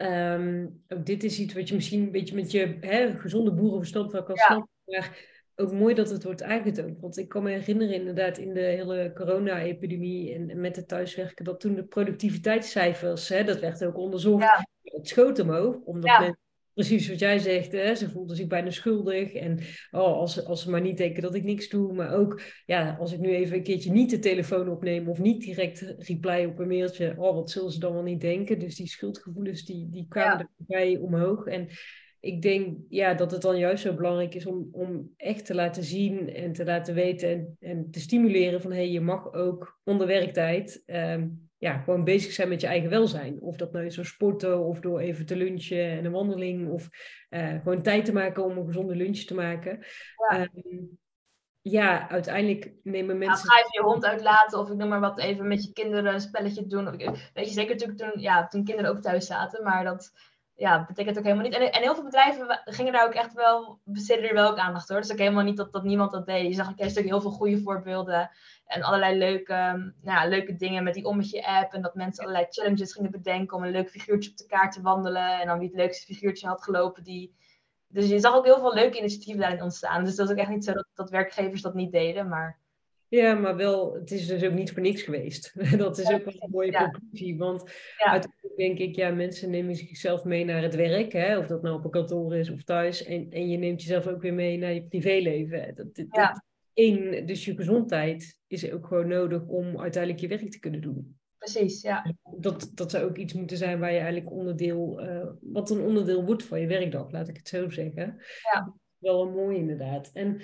Um, ook dit is iets wat je misschien een beetje met je hè, gezonde boerenverstand wel kan ja. snappen, maar ook mooi dat het wordt aangetoond. Want ik kan me herinneren inderdaad in de hele corona-epidemie en, en met het thuiswerken, dat toen de productiviteitscijfers, hè, dat werd ook onderzocht, ja. het schoot omhoog, omdat ja. mensen, precies wat jij zegt, hè, ze voelden zich bijna schuldig en oh, als, als ze maar niet denken dat ik niks doe, maar ook ja, als ik nu even een keertje niet de telefoon opneem of niet direct reply op een mailtje, oh, wat zullen ze dan wel niet denken? Dus die schuldgevoelens die, die kwamen ja. erbij omhoog. En ik denk ja, dat het dan juist zo belangrijk is om, om echt te laten zien en te laten weten en, en te stimuleren van hé, hey, je mag ook onder werktijd um, ja, gewoon bezig zijn met je eigen welzijn. Of dat nou is door sporten of door even te lunchen en een wandeling of uh, gewoon tijd te maken om een gezonde lunch te maken. Ja. Um, ja, uiteindelijk nemen mensen... Ja, ga even je hond uitlaten of ik noem maar wat, even met je kinderen een spelletje doen. Of ik, weet je, zeker natuurlijk toen, ja, toen kinderen ook thuis zaten, maar dat ja, betekent ook helemaal niet. En, en heel veel bedrijven gingen daar ook echt wel, besteden er wel ook aandacht hoor. Dus ook helemaal niet dat, dat niemand dat deed. Je zag ook juist ook heel veel goede voorbeelden en allerlei leuke, nou ja, leuke dingen met die Ommetje app en dat mensen allerlei challenges gingen bedenken om een leuk figuurtje op de kaart te wandelen en dan wie het leukste figuurtje had gelopen, die... Dus je zag ook heel veel leuke initiatieven daarin ontstaan. Dus dat is ook echt niet zo dat, dat werkgevers dat niet deden, maar... Ja, maar wel, het is dus ook niet voor niks geweest. Dat is ja, ook wel een mooie ja. conclusie. Want ja. uiteindelijk denk ik, ja, mensen nemen zichzelf mee naar het werk. Hè? Of dat nou op een kantoor is of thuis. En, en je neemt jezelf ook weer mee naar je privéleven. Dat, dat, ja. dat, één, dus je gezondheid is ook gewoon nodig om uiteindelijk je werk te kunnen doen. Precies, ja. Dat, dat zou ook iets moeten zijn waar je eigenlijk onderdeel, uh, wat een onderdeel wordt van je werkdag, laat ik het zo zeggen. Ja. Wel mooi inderdaad. En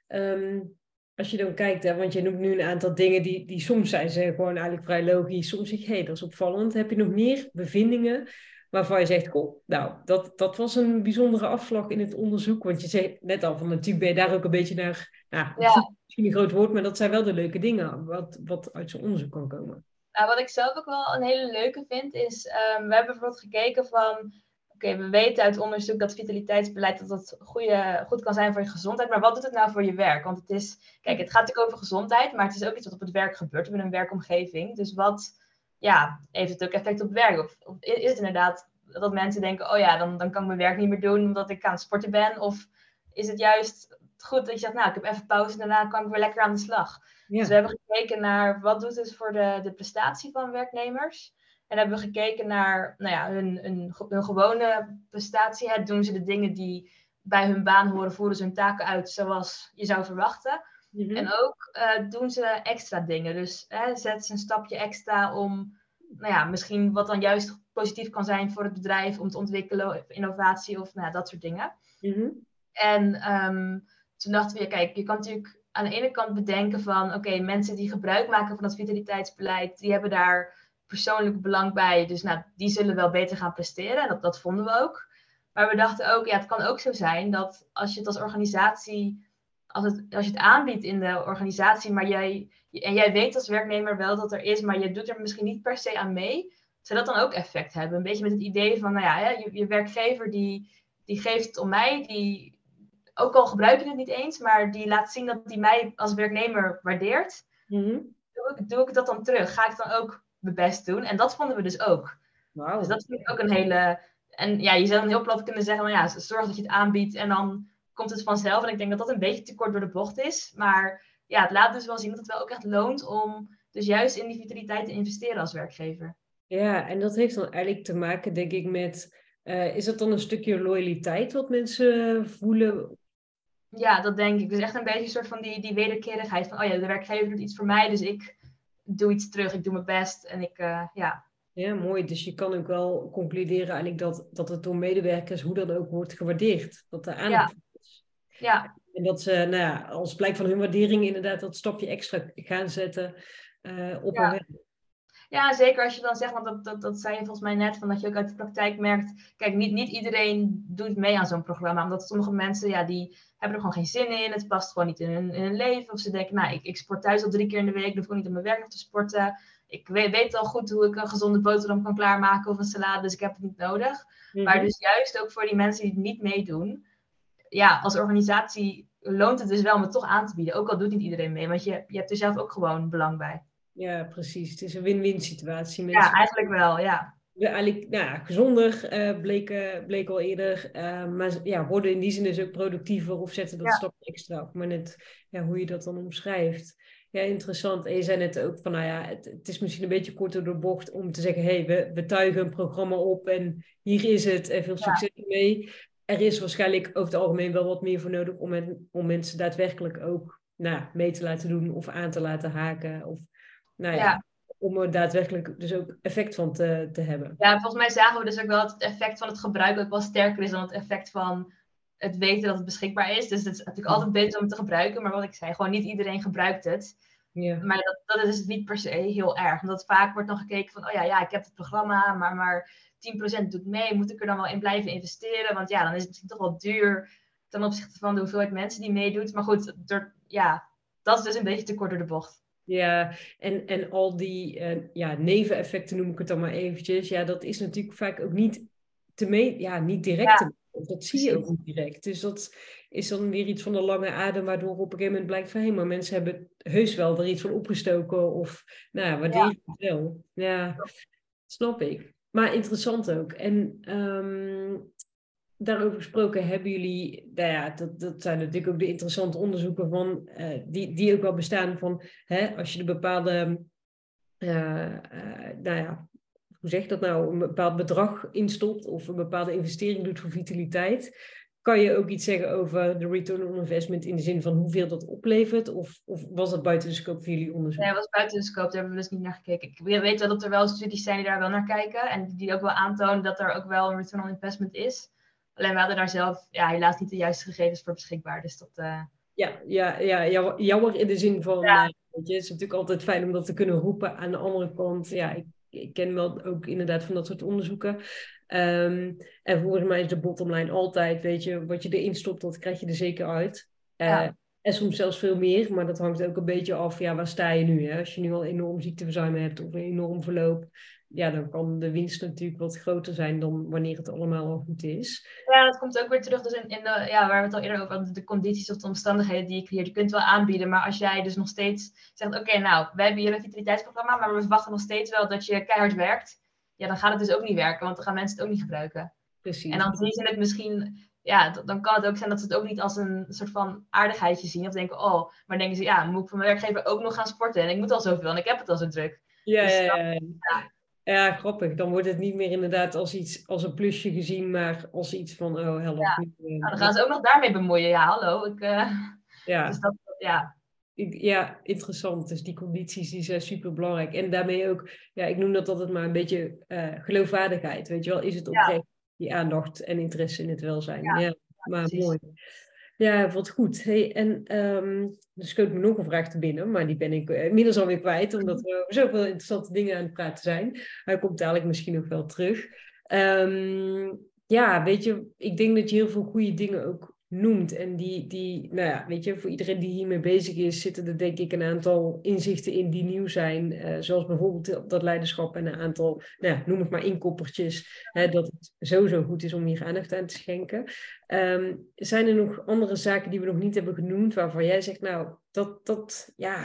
um, als je dan kijkt, hè, want je noemt nu een aantal dingen die, die soms zijn ze gewoon eigenlijk vrij logisch. Soms zeg je, hé, hey, dat is opvallend. Heb je nog meer bevindingen waarvan je zegt, goh, nou, dat, dat was een bijzondere afslag in het onderzoek. Want je zegt net al, van natuurlijk ben je daar ook een beetje naar, nou, ja. misschien een groot woord, maar dat zijn wel de leuke dingen wat, wat uit zo'n onderzoek kan komen. Nou, wat ik zelf ook wel een hele leuke vind, is, um, we hebben bijvoorbeeld gekeken van, oké, okay, we weten uit onderzoek dat vitaliteitsbeleid dat dat goede, goed kan zijn voor je gezondheid, maar wat doet het nou voor je werk? Want het is, kijk, het gaat natuurlijk over gezondheid, maar het is ook iets wat op het werk gebeurt. We hebben een werkomgeving, dus wat, ja, heeft het ook effect op werk? Of, of is het inderdaad dat mensen denken, oh ja, dan, dan kan ik mijn werk niet meer doen omdat ik aan het sporten ben? Of is het juist goed dat je zegt, nou, ik heb even pauze en daarna kan ik weer lekker aan de slag? Ja. Dus we hebben gekeken naar wat doet het voor de, de prestatie van werknemers. En hebben we gekeken naar nou ja, hun, hun, hun gewone prestatie. Hè. Doen ze de dingen die bij hun baan horen, voeren ze hun taken uit zoals je zou verwachten. Mm-hmm. En ook uh, doen ze extra dingen. Dus hè, zetten ze een stapje extra om, nou ja, misschien wat dan juist positief kan zijn voor het bedrijf om te ontwikkelen, of innovatie of nou ja, dat soort dingen. Mm-hmm. En um, toen dachten we, kijk, je kan natuurlijk aan de ene kant bedenken van, oké, okay, mensen die gebruik maken van dat vitaliteitsbeleid, die hebben daar persoonlijk belang bij. Dus nou, die zullen wel beter gaan presteren. En dat, dat vonden we ook. Maar we dachten ook, ja, het kan ook zo zijn dat als je het als organisatie, als, het, als je het aanbiedt in de organisatie, maar jij, en jij weet als werknemer wel dat er is, maar je doet er misschien niet per se aan mee, zou dat dan ook effect hebben? Een beetje met het idee van, nou ja, hè, je, je werkgever die, die geeft het om mij, die, ook al gebruik je het niet eens, maar die laat zien dat die mij als werknemer waardeert. Mm-hmm. Doe ik, doe ik dat dan terug? Ga ik dan ook mijn best doen? En dat vonden we dus ook. Dus Wauw. dat vind ik ook een hele... En ja, je zou dan heel plat kunnen zeggen, nou ja, zorg dat je het aanbiedt en dan komt het vanzelf. En ik denk dat dat een beetje te kort door de bocht is. Maar ja, het laat dus wel zien dat het wel ook echt loont om dus juist in die vitaliteit te investeren als werkgever. Ja, en dat heeft dan eigenlijk te maken, denk ik, met... Uh, is dat dan een stukje loyaliteit wat mensen voelen? Ja, dat denk ik. Dus echt een beetje een soort van die, die wederkerigheid van, oh ja, de werkgever doet iets voor mij, dus ik doe iets terug, ik doe mijn best. En ik, uh, ja... Ja, mooi. Dus je kan ook wel concluderen eigenlijk dat, dat het door medewerkers hoe dan ook wordt gewaardeerd. Dat er aandacht Ja, voor is. ja. En dat ze, nou ja, als blijk van hun waardering inderdaad dat stapje extra gaan zetten uh, op hun Ja. werk. Ja, zeker als je dan zegt, want dat, dat, dat zei je volgens mij net, van dat je ook uit de praktijk merkt, kijk, niet, niet iedereen doet mee aan zo'n programma, omdat sommige mensen, ja, die hebben er gewoon geen zin in, het past gewoon niet in hun, in hun leven, of ze denken, nou, ik, ik sport thuis al drie keer in de week, dan hoef ik ook niet op mijn werk nog te sporten, ik weet, weet al goed hoe ik een gezonde boterham kan klaarmaken of een salade, dus ik heb het niet nodig. Mm-hmm. Maar dus juist ook voor die mensen die het niet meedoen, ja, als organisatie loont het dus wel om het toch aan te bieden, ook al doet niet iedereen mee, want je, je hebt er zelf ook gewoon belang bij. Ja, precies. Het is een win-win situatie. Ja, Mensen eigenlijk wel, ja. eigenlijk nou ja, gezonder uh, bleek, uh, bleek al eerder. Uh, maar ja, worden in die zin dus ook productiever of zetten dat Ja. stapje extra op. Maar net ja, hoe je dat dan omschrijft. Ja, interessant. En je zei net ook van, nou ja, het, het is misschien een beetje korter door de bocht om te zeggen, hé, hey, we, we tuigen een programma op en hier is het en veel succes Ja. mee. Er is waarschijnlijk over het algemeen wel wat meer voor nodig om, men, om mensen daadwerkelijk ook nou, mee te laten doen of aan te laten haken. Of, nou ja, Ja. om er daadwerkelijk dus ook effect van te, te hebben. Ja, volgens mij zagen we dus ook wel dat het effect van het gebruik ook wel sterker is dan het effect van het weten dat het beschikbaar is. Dus het is natuurlijk altijd beter om het te gebruiken. Maar wat ik zei, gewoon niet iedereen gebruikt het. Ja. Maar dat, dat is niet per se heel erg. Omdat vaak wordt dan gekeken van, oh ja, ja, ik heb het programma, maar maar tien procent doet mee. Moet ik er dan wel in blijven investeren? Want ja, dan is het misschien toch wel duur ten opzichte van de hoeveelheid mensen die meedoet. Maar goed, door, ja, dat is dus een beetje te kort door de bocht. Ja, en, en al die uh, ja, neveneffecten noem ik het dan maar eventjes. Ja, dat is natuurlijk vaak ook niet te mee, ja, niet direct Ja, te meten. Dat zie je precies. ook niet direct. Dus dat is dan weer iets van de lange adem, waardoor op een gegeven moment blijkt van hé, maar mensen hebben heus wel er iets van opgestoken of nou ja, waardeer je het wel. Ja, snap ik. Maar interessant ook. En um, daarover gesproken, hebben jullie, nou ja, dat, dat zijn natuurlijk ook de interessante onderzoeken van, uh, die, die ook wel bestaan van, hè, als je de bepaalde, uh, uh, nou ja, hoe zeg je dat nou, een bepaald bedrag instopt of een bepaalde investering doet voor vitaliteit, kan je ook iets zeggen over de return on investment in de zin van hoeveel dat oplevert? Of, of was dat buiten de scope van jullie onderzoek? Nee, dat was buiten de scope, daar hebben we dus niet naar gekeken. Ik weet wel dat er wel studies zijn die daar wel naar kijken en die ook wel aantonen dat er ook wel een return on investment is. Alleen we hadden daar zelf ja, helaas niet de juiste gegevens voor beschikbaar. Dus dat, uh... ja, ja, ja, jammer in de zin van, ja. uh, weet je, het is natuurlijk altijd fijn om dat te kunnen roepen. Aan de andere kant, ja, ik, ik ken wel ook inderdaad van dat soort onderzoeken. Um, en volgens mij is de bottomline altijd, weet je, wat je erin stopt, dat krijg je er zeker uit. Uh, ja. En soms zelfs veel meer, maar dat hangt ook een beetje af, ja, waar sta je nu? Hè? Als je nu al enorm ziekteverzuim hebt of een enorm verloop, ja, dan kan de winst natuurlijk wat groter zijn dan wanneer het allemaal al goed is. Ja, dat komt ook weer terug dus in, in de, ja, waar we het al eerder over hadden, de condities of de omstandigheden die je creëert. Je kunt wel aanbieden, maar als jij dus nog steeds zegt, oké, okay, nou, we hebben hier een vitaliteitsprogramma, maar we verwachten nog steeds wel dat je keihard werkt, ja, dan gaat het dus ook niet werken, want dan gaan mensen het ook niet gebruiken. Precies. En dan zien ze het misschien, ja, dan kan het ook zijn dat ze het ook niet als een soort van aardigheidje zien. Of denken, oh, maar denken ze, ja, moet ik van mijn werkgever ook nog gaan sporten? En ik moet al zoveel en ik heb het al zo druk. Ja, dus ja, dan, ja. ja. Ja, grappig. Dan wordt het niet meer inderdaad als iets, als een plusje gezien, maar als iets van, oh, help. Ja. Nou, dan gaan ze ook nog daarmee bemoeien. Ja, hallo. Ik, uh... ja. Dus dat, ja. Ja, interessant. Dus die condities die zijn super belangrijk. En daarmee ook, ja, ik noem dat altijd maar een beetje uh, geloofwaardigheid. Weet je wel, is het oprecht, ja. Die aandacht en interesse in het welzijn. Ja, ja maar precies. Mooi. Ja, wat goed. Hey, en um, er schoot me nog een vraag te binnen, maar die ben ik uh, inmiddels alweer kwijt, omdat we over zoveel interessante dingen aan het praten zijn. Hij komt dadelijk misschien nog wel terug. Um, ja, weet je, ik denk dat je heel veel goede dingen ook noemt. En die, die, nou ja, weet je, voor iedereen die hiermee bezig is, zitten er denk ik een aantal inzichten in die nieuw zijn. Uh, zoals bijvoorbeeld dat leiderschap en een aantal, nou ja, noem het maar inkoppertjes. Hè, dat het sowieso goed is om hier aandacht aan te schenken. Um, zijn er nog andere zaken die we nog niet hebben genoemd, waarvan jij zegt, nou, dat, dat, ja,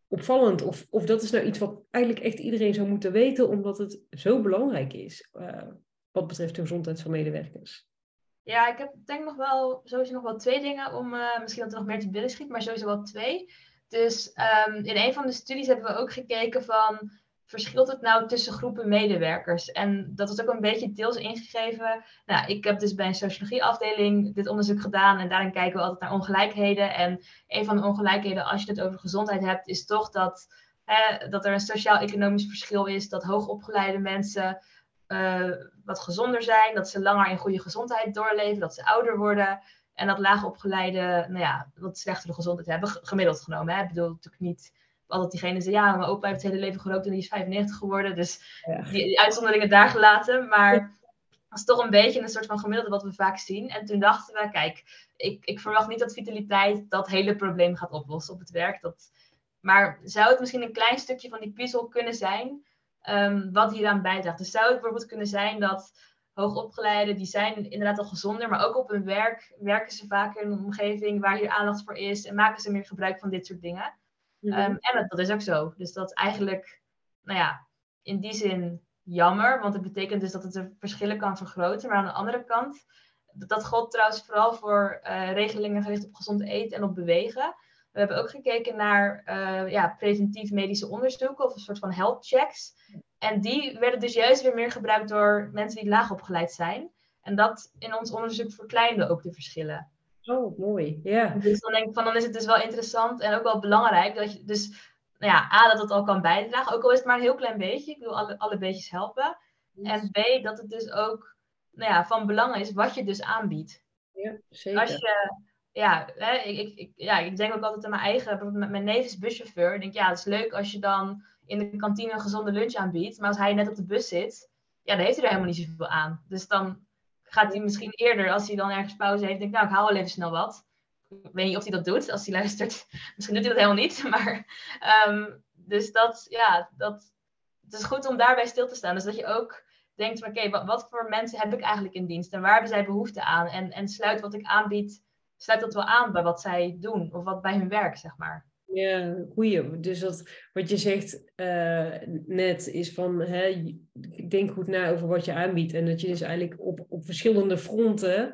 opvallend. Of, of dat is nou iets wat eigenlijk echt iedereen zou moeten weten, omdat het zo belangrijk is uh, wat betreft de gezondheid van medewerkers. Ja, ik heb denk nog wel sowieso nog wel twee dingen om, uh, misschien dat er nog meer te binnen schiet, maar sowieso wel twee. Dus um, in een van de studies hebben we ook gekeken van, verschilt het nou tussen groepen medewerkers? En dat is ook een beetje deels ingegeven. Nou, ik heb dus bij een sociologieafdeling dit onderzoek gedaan en daarin kijken we altijd naar ongelijkheden. En een van de ongelijkheden, als je het over gezondheid hebt, is toch dat, hè, dat er een sociaal-economisch verschil is, dat hoogopgeleide mensen Uh, wat gezonder zijn, dat ze langer in goede gezondheid doorleven, dat ze ouder worden en dat laagopgeleide, nou ja, wat slechtere gezondheid hebben, gemiddeld genomen. Hè? Ik bedoel natuurlijk niet altijd diegene zei, ja, mijn opa heeft het hele leven gerookt en die is vijfennegentig geworden, dus ja. die, die uitzonderingen daar gelaten, maar dat is toch een beetje een soort van gemiddelde wat we vaak zien. En toen dachten we, kijk, ik, ik verwacht niet dat vitaliteit dat hele probleem gaat oplossen op het werk, dat, maar zou het misschien een klein stukje van die puzzel kunnen zijn Um, wat hieraan bijdraagt. Dus zou het bijvoorbeeld kunnen zijn dat hoogopgeleiden, die zijn inderdaad al gezonder, maar ook op hun werk werken ze vaker in een omgeving waar hier aandacht voor is en maken ze meer gebruik van dit soort dingen. Mm-hmm. Um, en dat, dat is ook zo. Dus dat is eigenlijk, nou ja, in die zin jammer, want het betekent dus dat het de verschillen kan vergroten. Maar aan de andere kant, dat, dat geldt trouwens vooral voor uh, regelingen gericht op gezond eten en op bewegen. We hebben ook gekeken naar uh, ja, preventief medische onderzoeken of een soort van health checks. En die werden dus juist weer meer gebruikt door mensen die laag opgeleid zijn. En dat in ons onderzoek verkleinde ook de verschillen. Oh, mooi. Ja. Yeah. Dus dan denk ik van, dan is het dus wel interessant en ook wel belangrijk dat je dus, nou ja, A, dat het al kan bijdragen. Ook al is het maar een heel klein beetje. Ik bedoel, alle, alle beetjes helpen. Yes. En B, dat het dus ook, nou ja, van belang is wat je dus aanbiedt. Ja, zeker. Als je... Ja, hè, ik, ik, ja, ik denk ook altijd aan mijn eigen. Met mijn neef is buschauffeur. Ik denk, ja, het is leuk als je dan in de kantine een gezonde lunch aanbiedt. Maar als hij net op de bus zit, ja, dan heeft hij er helemaal niet zoveel aan. Dus dan gaat hij misschien eerder, als hij dan ergens pauze heeft, denk ik, nou, ik haal wel even snel wat. Ik weet niet of hij dat doet, als hij luistert. Misschien doet hij dat helemaal niet. Maar, um, dus dat, ja, dat, het is goed om daarbij stil te staan. Dus dat je ook denkt, oké, okay, wat, wat voor mensen heb ik eigenlijk in dienst? En waar hebben zij behoefte aan? En, en sluit wat ik aanbied, sluit dat wel aan bij wat zij doen of wat bij hun werk, zeg maar. Ja, goeie. Dus dat, wat je zegt uh, net is van, hè, denk goed na over wat je aanbiedt. En dat je dus eigenlijk op, op verschillende fronten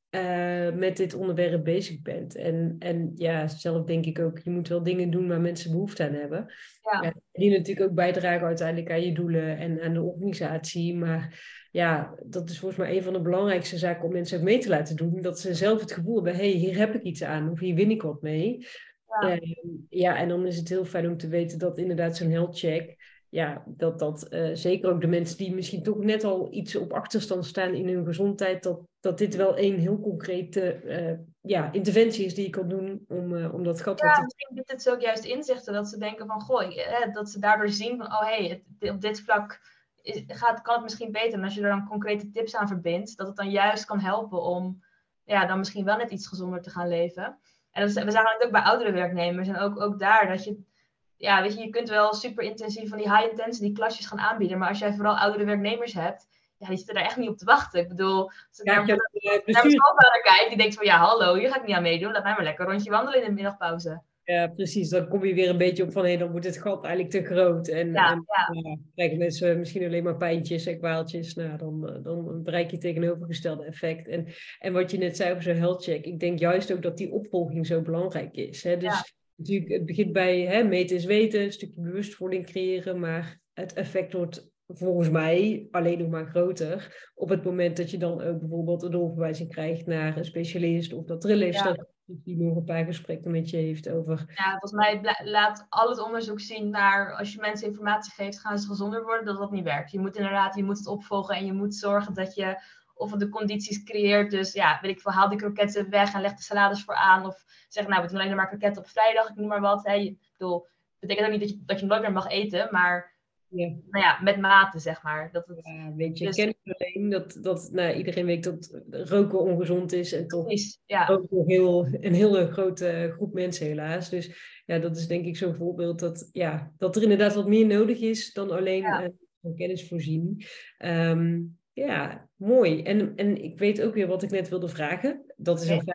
uh, met dit onderwerp bezig bent. En, en ja, zelf denk ik ook, je moet wel dingen doen waar mensen behoefte aan hebben. Ja. Uh, die natuurlijk ook bijdragen uiteindelijk aan je doelen en aan de organisatie. Maar ja, dat is volgens mij een van de belangrijkste zaken om mensen ook mee te laten doen. Dat ze zelf het gevoel hebben, hé, hey, hier heb ik iets aan of hier win ik wat mee. Ja. Uh, ja, en dan is het heel fijn om te weten dat inderdaad zo'n health check, ja, dat dat uh, zeker ook de mensen die misschien toch net al iets op achterstand staan in hun gezondheid, dat, dat dit wel een heel concrete uh, ja, interventie is die je kan doen om, uh, om dat gat ja, wat te... misschien biedt het ze ook juist inzichten dat ze denken van, goh, eh, dat ze daardoor zien van, oh hé, hey, op dit vlak is, gaat, kan het misschien beter. En als je er dan concrete tips aan verbindt, dat het dan juist kan helpen om, ja, dan misschien wel net iets gezonder te gaan leven. En dat is, we zagen het ook bij oudere werknemers. En ook, ook daar dat je, ja, weet je, je kunt wel super intensief van die high intensity klasjes gaan aanbieden. Maar als jij vooral oudere werknemers hebt, ja, die zitten daar echt niet op te wachten. Ik bedoel, als ik ja, naar, naar mijn schoolvader kijk, die denkt van, ja, hallo, hier ga ik niet aan meedoen. Laat mij maar lekker een rondje wandelen in de middagpauze. Ja, precies. Dan kom je weer een beetje op van, hé, hey, dan wordt het gat eigenlijk te groot. En, ja, en ja. Ja, krijgen mensen misschien alleen maar pijntjes en kwaaltjes. Nou, dan, dan bereik je tegenovergestelde effect. En, en wat je net zei over zo'n health check, ik denk juist ook dat die opvolging zo belangrijk is. Hè? Dus ja. natuurlijk, het begint bij hè, meten is weten, een stukje bewustwording creëren, maar het effect wordt volgens mij alleen nog maar groter op het moment dat je dan ook bijvoorbeeld een doorverwijzing krijgt naar een specialist of dat er een leefstijl die nog een paar gesprekken met je heeft over... Ja, volgens mij laat al het onderzoek zien naar als je mensen informatie geeft, gaan ze gezonder worden, dat dat niet werkt. Je moet inderdaad, je moet het opvolgen en je moet zorgen dat je of de condities creëert. Dus ja, weet ik veel, haal die kroketten weg en leg de salades voor aan. Of zeg, nou, we doen alleen maar kroketten op vrijdag, ik noem maar wat. Hè. Ik bedoel, dat betekent ook niet dat je, dat je nooit meer mag eten, maar... Ja. Nou ja, met mate, zeg maar. Dat het, ja, weet je, dus... ken ik alleen dat, dat nou, iedereen weet dat roken ongezond is en toch is, ja. ook nog heel, een hele grote groep mensen helaas. Dus ja, dat is denk ik zo'n voorbeeld dat, ja, dat er inderdaad wat meer nodig is dan alleen ja. uh, kennis voorzien. Um, ja, mooi. En, en ik weet ook weer wat ik net wilde vragen. Dat is okay. een feit.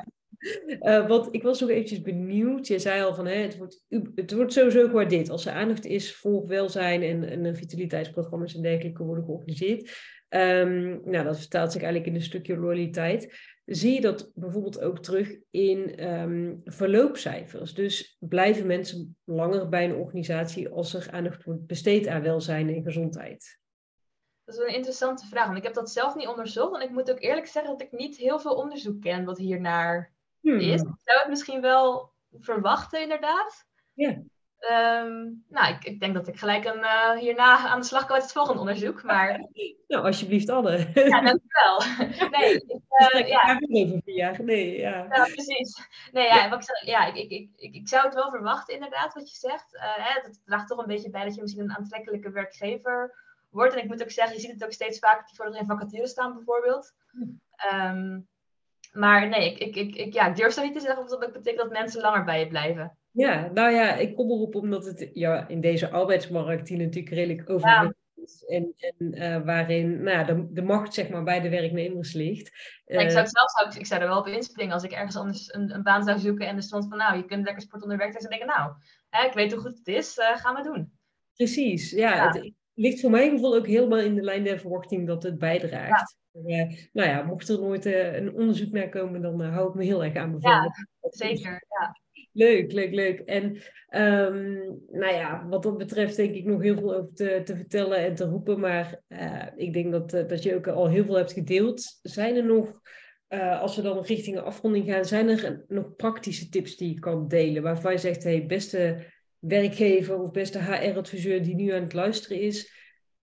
Uh, want ik was nog eventjes benieuwd. Je zei al van, hè, het, wordt, het wordt sowieso gewaardeerd als er aandacht is voor welzijn en, en vitaliteitsprogramma's en dergelijke worden georganiseerd. Um, nou, dat vertaalt zich eigenlijk in een stukje loyaliteit. Zie je dat bijvoorbeeld ook terug in um, verloopcijfers? Dus blijven mensen langer bij een organisatie als er aandacht wordt besteed aan welzijn en gezondheid? Dat is een interessante vraag, want ik heb dat zelf niet onderzocht. En ik moet ook eerlijk zeggen dat ik niet heel veel onderzoek ken wat hiernaar hmm. is. Ik zou het misschien wel verwachten, inderdaad. Ja. Yeah. Um, nou, ik, ik denk dat ik gelijk een, uh, hierna aan de slag kan met het volgende onderzoek. Maar... Nou, alsjeblieft alle. Ja, dankjewel. Nee, ik, uh, ja. Even vier jaar. Nee, ja. Ja, precies. Nee, ja, wat ik, zeg, ja ik, ik, ik, ik zou het wel verwachten, inderdaad, wat je zegt. Uh, hè, het draagt toch een beetje bij dat je misschien een aantrekkelijke werkgever wordt. En ik moet ook zeggen, je ziet het ook steeds vaker voor er in vacatures staan, bijvoorbeeld. Um, maar nee, ik, ik, ik, ik, ja, ik durf zo niet te zeggen of dat ook betekent dat mensen langer bij je blijven. Ja, nou ja, ik kom erop omdat het ja, in deze arbeidsmarkt die natuurlijk redelijk overwegend is. En, en uh, waarin nou ja, de, de macht zeg maar bij de werknemers ligt. Uh, ja, ik zou het zelf zou, ik zou er wel op inspringen als ik ergens anders een, een baan zou zoeken en er stond van nou, je kunt lekker sporten onder werktijd. Dan denk ik nou, hè, ik weet hoe goed het is, uh, gaan we doen. Precies, ja. ja. Het ligt voor mijn gevoel ook helemaal in de lijn der verwachting dat het bijdraagt. Ja. Uh, nou ja, mocht er nooit uh, een onderzoek naar komen, dan uh, hou ik me heel erg aan bevelen. Ja, zeker, ja. Leuk, leuk, leuk. En um, nou ja, wat dat betreft denk ik nog heel veel over te, te vertellen en te roepen. Maar uh, ik denk dat, uh, dat je ook al heel veel hebt gedeeld. Zijn er nog, uh, als we dan richting een afronding gaan, zijn er nog praktische tips die je kan delen? Waarvan je zegt, hey, beste werkgever of beste H R-adviseur die nu aan het luisteren is.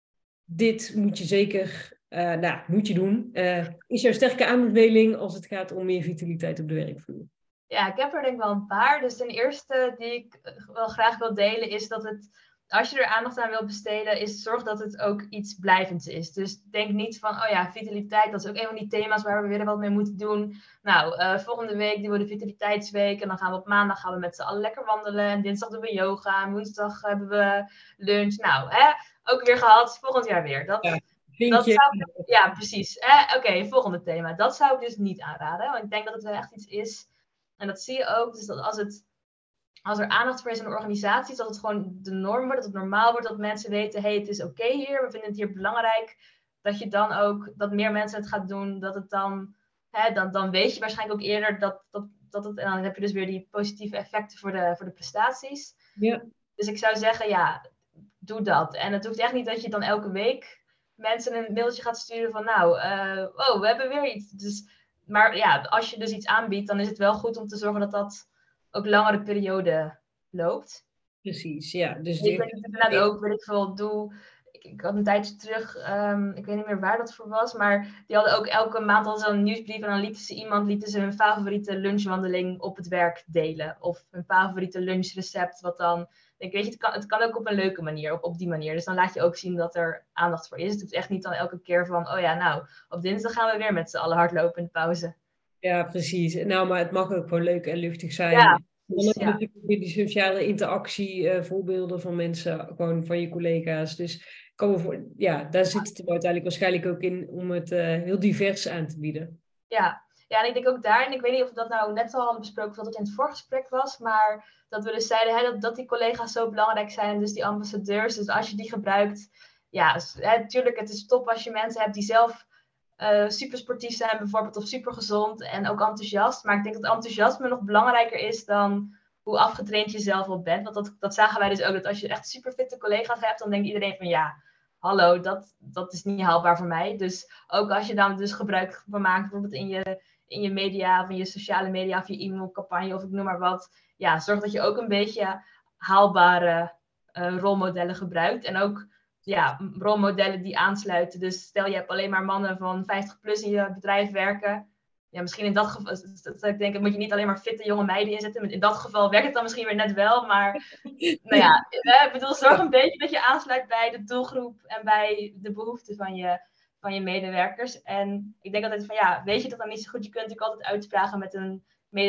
Dit moet je zeker, uh, nou, moet je doen. Uh, is jouw sterke aanbeveling als het gaat om meer vitaliteit op de werkvloer? Ja, ik heb er denk ik wel een paar. Dus ten eerste die ik wel graag wil delen is dat het, als je er aandacht aan wil besteden, is zorg dat het ook iets blijvends is. Dus denk niet van, oh ja, vitaliteit, dat is ook een van die thema's waar we weer wat mee moeten doen. Nou, uh, volgende week doen we de vitaliteitsweek en dan gaan we op maandag gaan we met z'n allen lekker wandelen. En dinsdag doen we yoga en woensdag hebben we lunch. Nou, hè, ook weer gehad, volgend jaar weer. Dat, ja, dat zou, ja, precies. Eh, Oké, okay, volgende thema. Dat zou ik dus niet aanraden, want ik denk dat het wel echt iets is. En dat zie je ook, dus dat als, het, als er aandacht voor is in een organisatie, dat het gewoon de norm wordt, dat het normaal wordt, dat mensen weten, hé, hey, het is oké okay hier, we vinden het hier belangrijk, dat je dan ook, dat meer mensen het gaat doen, dat het dan, hè, dan, dan weet je waarschijnlijk ook eerder dat, dat, dat het, en dan heb je dus weer die positieve effecten voor de, voor de prestaties. Ja. Dus ik zou zeggen, ja, doe dat. En het hoeft echt niet dat je dan elke week mensen een mailtje gaat sturen van, nou, uh, oh, we hebben weer iets. Dus Maar ja, als je dus iets aanbiedt, dan is het wel goed om te zorgen dat dat ook langere periode loopt. Precies, ja. Dus ik weet inderdaad ook, weet ik veel, doe... Ik, ik had een tijdje terug, um, ik weet niet meer waar dat voor was, maar die hadden ook elke maand al zo'n nieuwsbrief en dan lieten ze iemand, lieten ze hun favoriete lunchwandeling op het werk delen. Of hun favoriete lunchrecept, wat dan... Ik weet je, het kan, het kan ook op een leuke manier, op, op die manier. Dus dan laat je ook zien dat er aandacht voor is. Het is echt niet dan elke keer van, oh ja, nou, op dinsdag gaan we weer met z'n allen hardlopen in de pauze. Ja, precies. Nou, maar het mag ook gewoon leuk en luchtig zijn. Ja, dan heb je ja. natuurlijk weer die sociale interactie, uh, voorbeelden van mensen, gewoon van je collega's. Dus kan voor, ja, daar zit het uiteindelijk waarschijnlijk ook in om het uh, heel divers aan te bieden. Ja. Ja, en ik denk ook daar, en ik weet niet of we dat nou net al hadden besproken, of dat het in het voorgesprek was, maar dat we dus zeiden hè, dat, dat die collega's zo belangrijk zijn, dus die ambassadeurs, dus als je die gebruikt, ja, natuurlijk, het is top als je mensen hebt die zelf uh, super sportief zijn bijvoorbeeld, of super gezond en ook enthousiast, maar ik denk dat enthousiasme nog belangrijker is dan hoe afgetraind je zelf al bent, want dat, dat zagen wij dus ook, dat als je echt super fitte collega's hebt, dan denkt iedereen van ja, hallo, dat, dat is niet haalbaar voor mij, dus ook als je dan dus gebruik van maakt, bijvoorbeeld in je in je media, of in je sociale media, of je e-mailcampagne, of ik noem maar wat. Ja, zorg dat je ook een beetje haalbare uh, rolmodellen gebruikt. En ook ja, rolmodellen die aansluiten. Dus stel je hebt alleen maar mannen van vijftig plus in je bedrijf werken. Ja, misschien in dat geval, dat ik denk, moet je niet alleen maar fitte jonge meiden inzetten. In dat geval werkt het dan misschien weer net wel. Maar nou ja, ik bedoel, zorg een beetje dat je aansluit bij de doelgroep en bij de behoeften van je van je medewerkers. En ik denk altijd van ja, weet je dat dan niet zo goed? Je kunt natuurlijk altijd uitvragen met een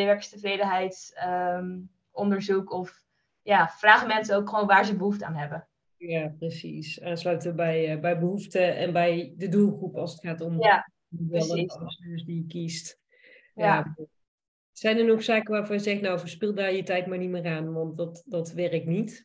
medewerkerstevredenheidsonderzoek. Um, of ja, vraag mensen ook gewoon waar ze behoefte aan hebben. Ja, precies. Aansluiten bij, uh, bij behoeften en bij de doelgroep als het gaat om ja, de die je kiest. Ja. ja. Zijn er nog zaken waarvan je zegt, nou verspil daar je tijd maar niet meer aan, want dat, dat werkt niet?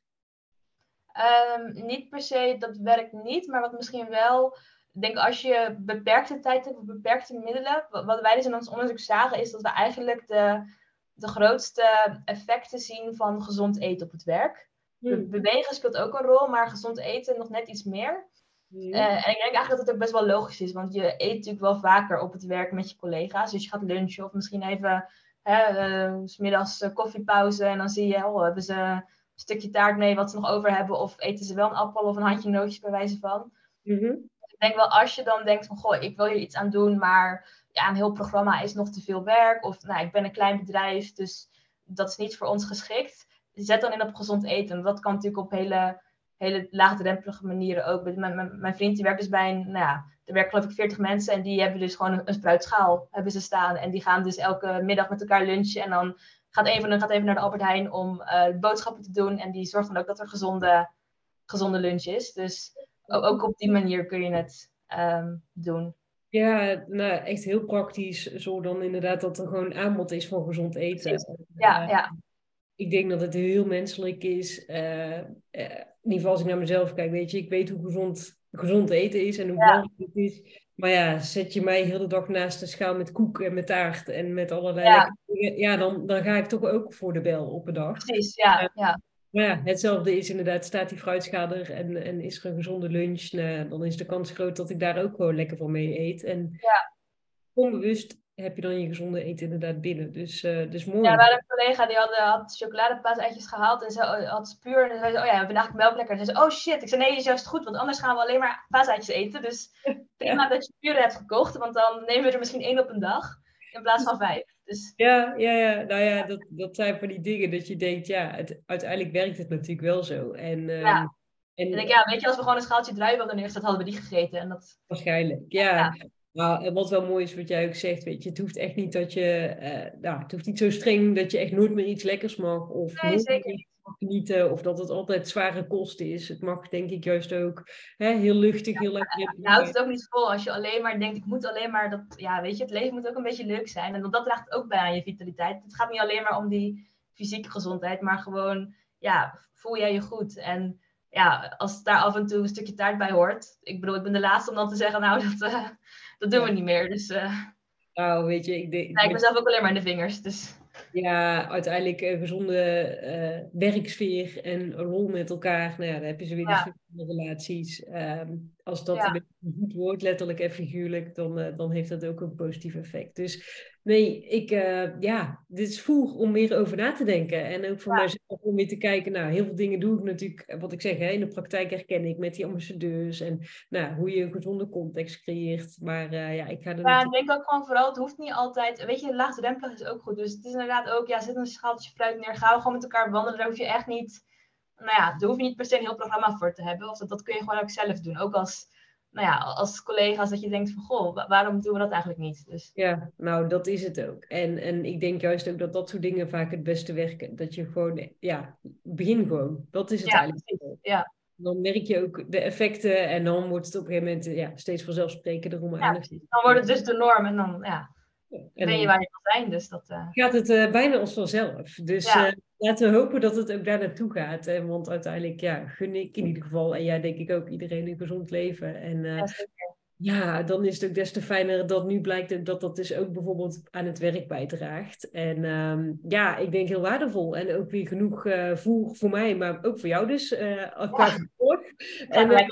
Um, niet per se, dat werkt niet, maar wat misschien wel, ik denk als je beperkte tijd hebt of beperkte middelen, wat wij dus in ons onderzoek zagen, is dat we eigenlijk de, de grootste effecten zien van gezond eten op het werk. Be- Hmm. bewegen speelt ook een rol, maar gezond eten nog net iets meer. Hmm. Uh, en ik denk eigenlijk dat het ook best wel logisch is, want je eet natuurlijk wel vaker op het werk met je collega's. Dus je gaat lunchen of misschien even hè, uh, 's middags uh, koffiepauze en dan zie je, oh, hebben ze een stukje taart mee wat ze nog over hebben, of eten ze wel een appel of een handje nootjes bij wijze van. Mm-hmm. Ik denk wel als je dan denkt van, goh, ik wil hier iets aan doen, maar ja, een heel programma is nog te veel werk, of nou, ik ben een klein bedrijf, dus dat is niet voor ons geschikt. Zet dan in op gezond eten. Dat kan natuurlijk op hele hele laagdrempelige manieren ook. Mijn, mijn, mijn vriend die werkt dus bij een, nou ja, er werken geloof ik veertig mensen en die hebben dus gewoon een, een spruitschaal hebben ze staan. En die gaan dus elke middag met elkaar lunchen en dan gaat een van hen gaat even naar de Albert Heijn om uh, boodschappen te doen en die zorgt dan ook dat er gezonde, gezonde lunch is. Dus ook, ook op die manier kun je het um, doen. Ja, nou, echt heel praktisch. Zo dan inderdaad dat er gewoon aanbod is van gezond eten. Precies. Ja, uh, ja. Ik denk dat het heel menselijk is. Uh, uh, in ieder geval als ik naar mezelf kijk, weet je, ik weet hoe gezond, gezond eten is en hoe Ja. belangrijk het is. Maar ja, zet je mij heel de dag naast de schaal met koek en met taart en met allerlei Ja. lekkere dingen. Ja, dan, dan ga ik toch ook voor de bel op een dag. Precies, ja. Uh, ja. Maar ja, hetzelfde is inderdaad, staat die fruitschaal er en, en is er een gezonde lunch, nou, dan is de kans groot dat ik daar ook gewoon lekker van mee eet. En ja. onbewust heb je dan je gezonde eten inderdaad binnen. Dus, uh, dus mooi. Ja, we hadden een collega die had, had chocoladepaas-eitjes gehaald en ze had het puur. En zei ze, oh ja, we hebben eigenlijk melk lekker. En ze zei, oh shit. Ik zei, nee, is juist goed, want anders gaan we alleen maar paaseitjes eten. Dus prima ja. dat je puur hebt gekocht, want dan nemen we er misschien één op een dag in plaats van vijf. Dus... Ja, ja, ja, nou ja, dat, dat zijn van die dingen dat je denkt, ja, het, uiteindelijk werkt het natuurlijk wel zo. En, um, ja. En, en ik, ja, weet je, als we gewoon een schaaltje druiven hadden neergezet, hadden we die gegeten. En dat... Waarschijnlijk, ja. ja. Nou, en wat wel mooi is wat jij ook zegt, weet je, het hoeft echt niet dat je, uh, nou, het hoeft niet zo streng dat je echt nooit meer iets lekkers mag of nee, nooit zeker meer iets mag genieten of dat het altijd zware kosten is. Het mag denk ik juist ook hè, heel luchtig, ja, heel lekker. Je houdt het ook niet vol als je alleen maar denkt, ik moet alleen maar dat, ja, weet je, het leven moet ook een beetje leuk zijn. En dat draagt ook bij aan je vitaliteit. Het gaat niet alleen maar om die fysieke gezondheid, maar gewoon, ja, voel jij je goed? En ja, als daar af en toe een stukje taart bij hoort. Ik bedoel, ik ben de laatste om dan te zeggen, nou, dat, uh, dat doen ja. we niet meer. Dus, uh, nou, weet je, ik denk... Ja, ik ben zelf ook alleen maar in de vingers, dus... Ja, uiteindelijk een gezonde uh, werksfeer en rol met elkaar. Nou ja, dan heb je zo weer ja. de relaties. Um, als dat ja. een beetje goed wordt, letterlijk en figuurlijk, dan, uh, dan heeft dat ook een positief effect. Dus nee, ik, uh, ja, dit is voer om meer over na te denken. En ook voor ja. mijzelf om weer te kijken, nou, heel veel dingen doe ik natuurlijk, wat ik zeg, hè, in de praktijk herken ik met die ambassadeurs en nou, hoe je een gezonde context creëert. Maar uh, ja, ik ga er Ja, natuurlijk... ik denk ook gewoon vooral, het hoeft niet altijd, weet je, laagdrempelig is ook goed. Dus het is inderdaad ook, ja, zet een schaaltje fruit neer, ga gewoon met elkaar wandelen. Daar hoef je echt niet, nou ja, daar hoef je niet per se een heel programma voor te hebben. Of dat, dat kun je gewoon ook zelf doen. Ook als, nou ja, als collega's dat je denkt van, goh, waarom doen we dat eigenlijk niet? Dus... Ja, nou, dat is het ook. En, en ik denk juist ook dat dat soort dingen vaak het beste werken. Dat je gewoon, ja, begin gewoon. Dat is het ja, eigenlijk. Ja. Dan merk je ook de effecten en dan wordt het op een gegeven moment ja, steeds vanzelfsprekender om aan te Dan wordt het dus de norm en dan, ja, ja en ben je dan, waar je wil zijn. Dus dat, uh... gaat het uh, bijna als vanzelf. Dus ja. uh, laten we hopen dat het ook daar naartoe gaat. En want uiteindelijk, ja, gun ik in ieder geval, en ja, denk ik ook, iedereen een gezond leven. En uh, ja, zeker. Ja, dan is het ook des te fijner dat nu blijkt dat dat dus ook bijvoorbeeld aan het werk bijdraagt. En um, ja, ik denk heel waardevol. En ook weer genoeg uh, voer voor mij, maar ook voor jou dus. Uh, qua vervolg. En, uh,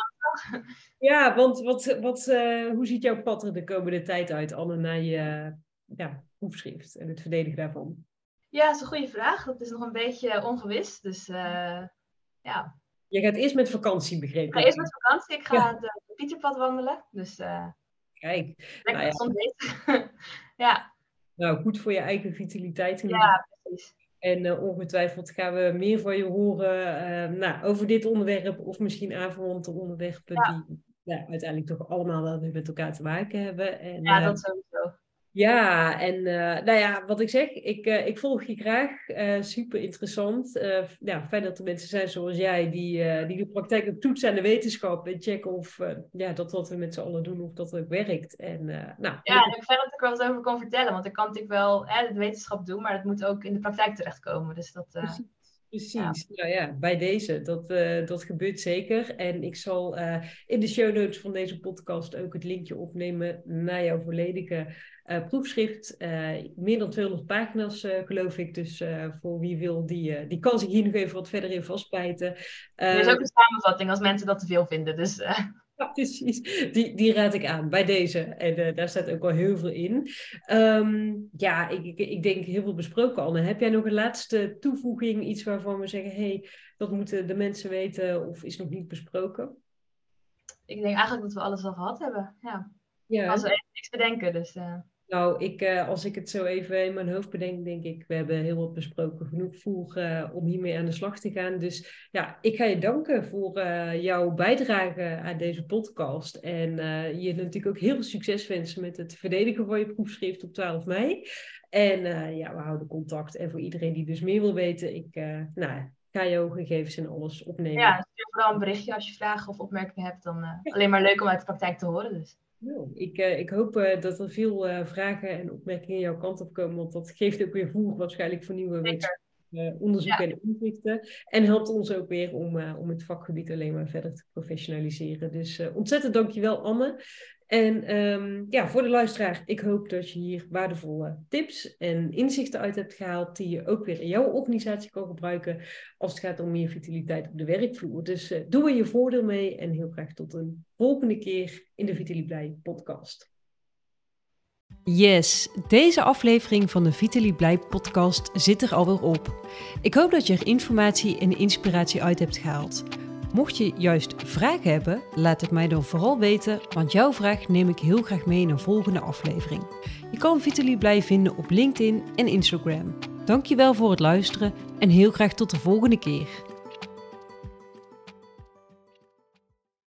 ja, want wat, wat, uh, hoe ziet jouw pad er de komende tijd uit, Anne, naar je ja, proefschrift en het verdedigen daarvan? Ja, dat is een goede vraag. Dat is nog een beetje ongewis. Dus uh, ja. Je gaat eerst met vakantie, begrepen. Ik ga eerst met vakantie. Ik ga ja. de Pieterpad wandelen. Dus uh, kijk. Lekker nou, gezond eten. Ja. Nou, goed voor je eigen vitaliteit. Ja, precies. En uh, ongetwijfeld gaan we meer van je horen uh, nou, over dit onderwerp. Of misschien aanverwante onderwerpen ja. die ja, uiteindelijk toch allemaal wel weer met elkaar te maken hebben. En, ja, uh, dat sowieso. Ja, en uh, nou ja, wat ik zeg, ik, uh, ik volg je graag. Uh, super interessant. Uh, ja, fijn dat er mensen zijn zoals jij die, uh, die de praktijk ook toetsen aan de wetenschap en checken of uh, ja, dat wat we met z'n allen doen, of dat ook werkt. En, uh, nou, ja, en ik vind dat ik er wel eens over kan vertellen, want ik kan natuurlijk wel hè, de wetenschap doen, maar dat moet ook in de praktijk terechtkomen. Dus dat, uh, Precies. Precies, ja. Nou ja, bij deze, dat, uh, dat gebeurt zeker. En ik zal uh, in de show notes van deze podcast ook het linkje opnemen naar jouw volledige uh, proefschrift. Uh, meer dan tweehonderd pagina's, uh, geloof ik. Dus uh, voor wie wil, die, uh, die kan zich hier nog even wat verder in vastbijten. Uh, er is ook een samenvatting als mensen dat te veel vinden. Dus, uh. Ja, precies. Die, die raad ik aan bij deze. En uh, daar staat ook wel heel veel in. Um, ja, ik, ik, ik denk heel veel besproken, Anne. Heb jij nog een laatste toevoeging? Iets waarvan we zeggen, hé, hey, dat moeten de mensen weten of is nog niet besproken? Ik denk eigenlijk dat we alles al gehad hebben. Ja. Ja. Als we even niks bedenken. Dus, uh... Nou, ik, uh, als ik het zo even in mijn hoofd bedenk, denk ik, we hebben heel wat besproken, genoeg voor uh, om hiermee aan de slag te gaan. Dus ja, ik ga je danken voor uh, jouw bijdrage aan deze podcast. En uh, je natuurlijk ook heel veel succes wensen met het verdedigen van je proefschrift op twaalf mei. En uh, ja, we houden contact. En voor iedereen die dus meer wil weten, ik uh, nou, ga jouw gegevens en alles opnemen. Ja, stuur vooral een berichtje als je vragen of opmerkingen hebt. Dan uh, ja. Alleen maar leuk om uit de praktijk te horen. Dus. Nou, ik, uh, ik hoop uh, dat er veel uh, vragen en opmerkingen jouw kant op komen, want dat geeft ook weer voer waarschijnlijk voor nieuwe uh, onderzoek ja. en inzichten. En helpt ons ook weer om, uh, om het vakgebied alleen maar verder te professionaliseren. Dus uh, ontzettend dankjewel, Anne. En um, ja, voor de luisteraar, ik hoop dat je hier waardevolle tips en inzichten uit hebt gehaald die je ook weer in jouw organisatie kan gebruiken als het gaat om meer vitaliteit op de werkvloer. Dus uh, doe er je voordeel mee en heel graag tot een volgende keer in de Vitali Blij podcast. Yes, deze aflevering van de Vitali Blij podcast zit er alweer op. Ik hoop dat je er informatie en inspiratie uit hebt gehaald. Mocht je juist vragen hebben, laat het mij dan vooral weten, want jouw vraag neem ik heel graag mee in een volgende aflevering. Je kan Vitali Blij vinden op LinkedIn en Instagram. Dankjewel voor het luisteren en heel graag tot de volgende keer.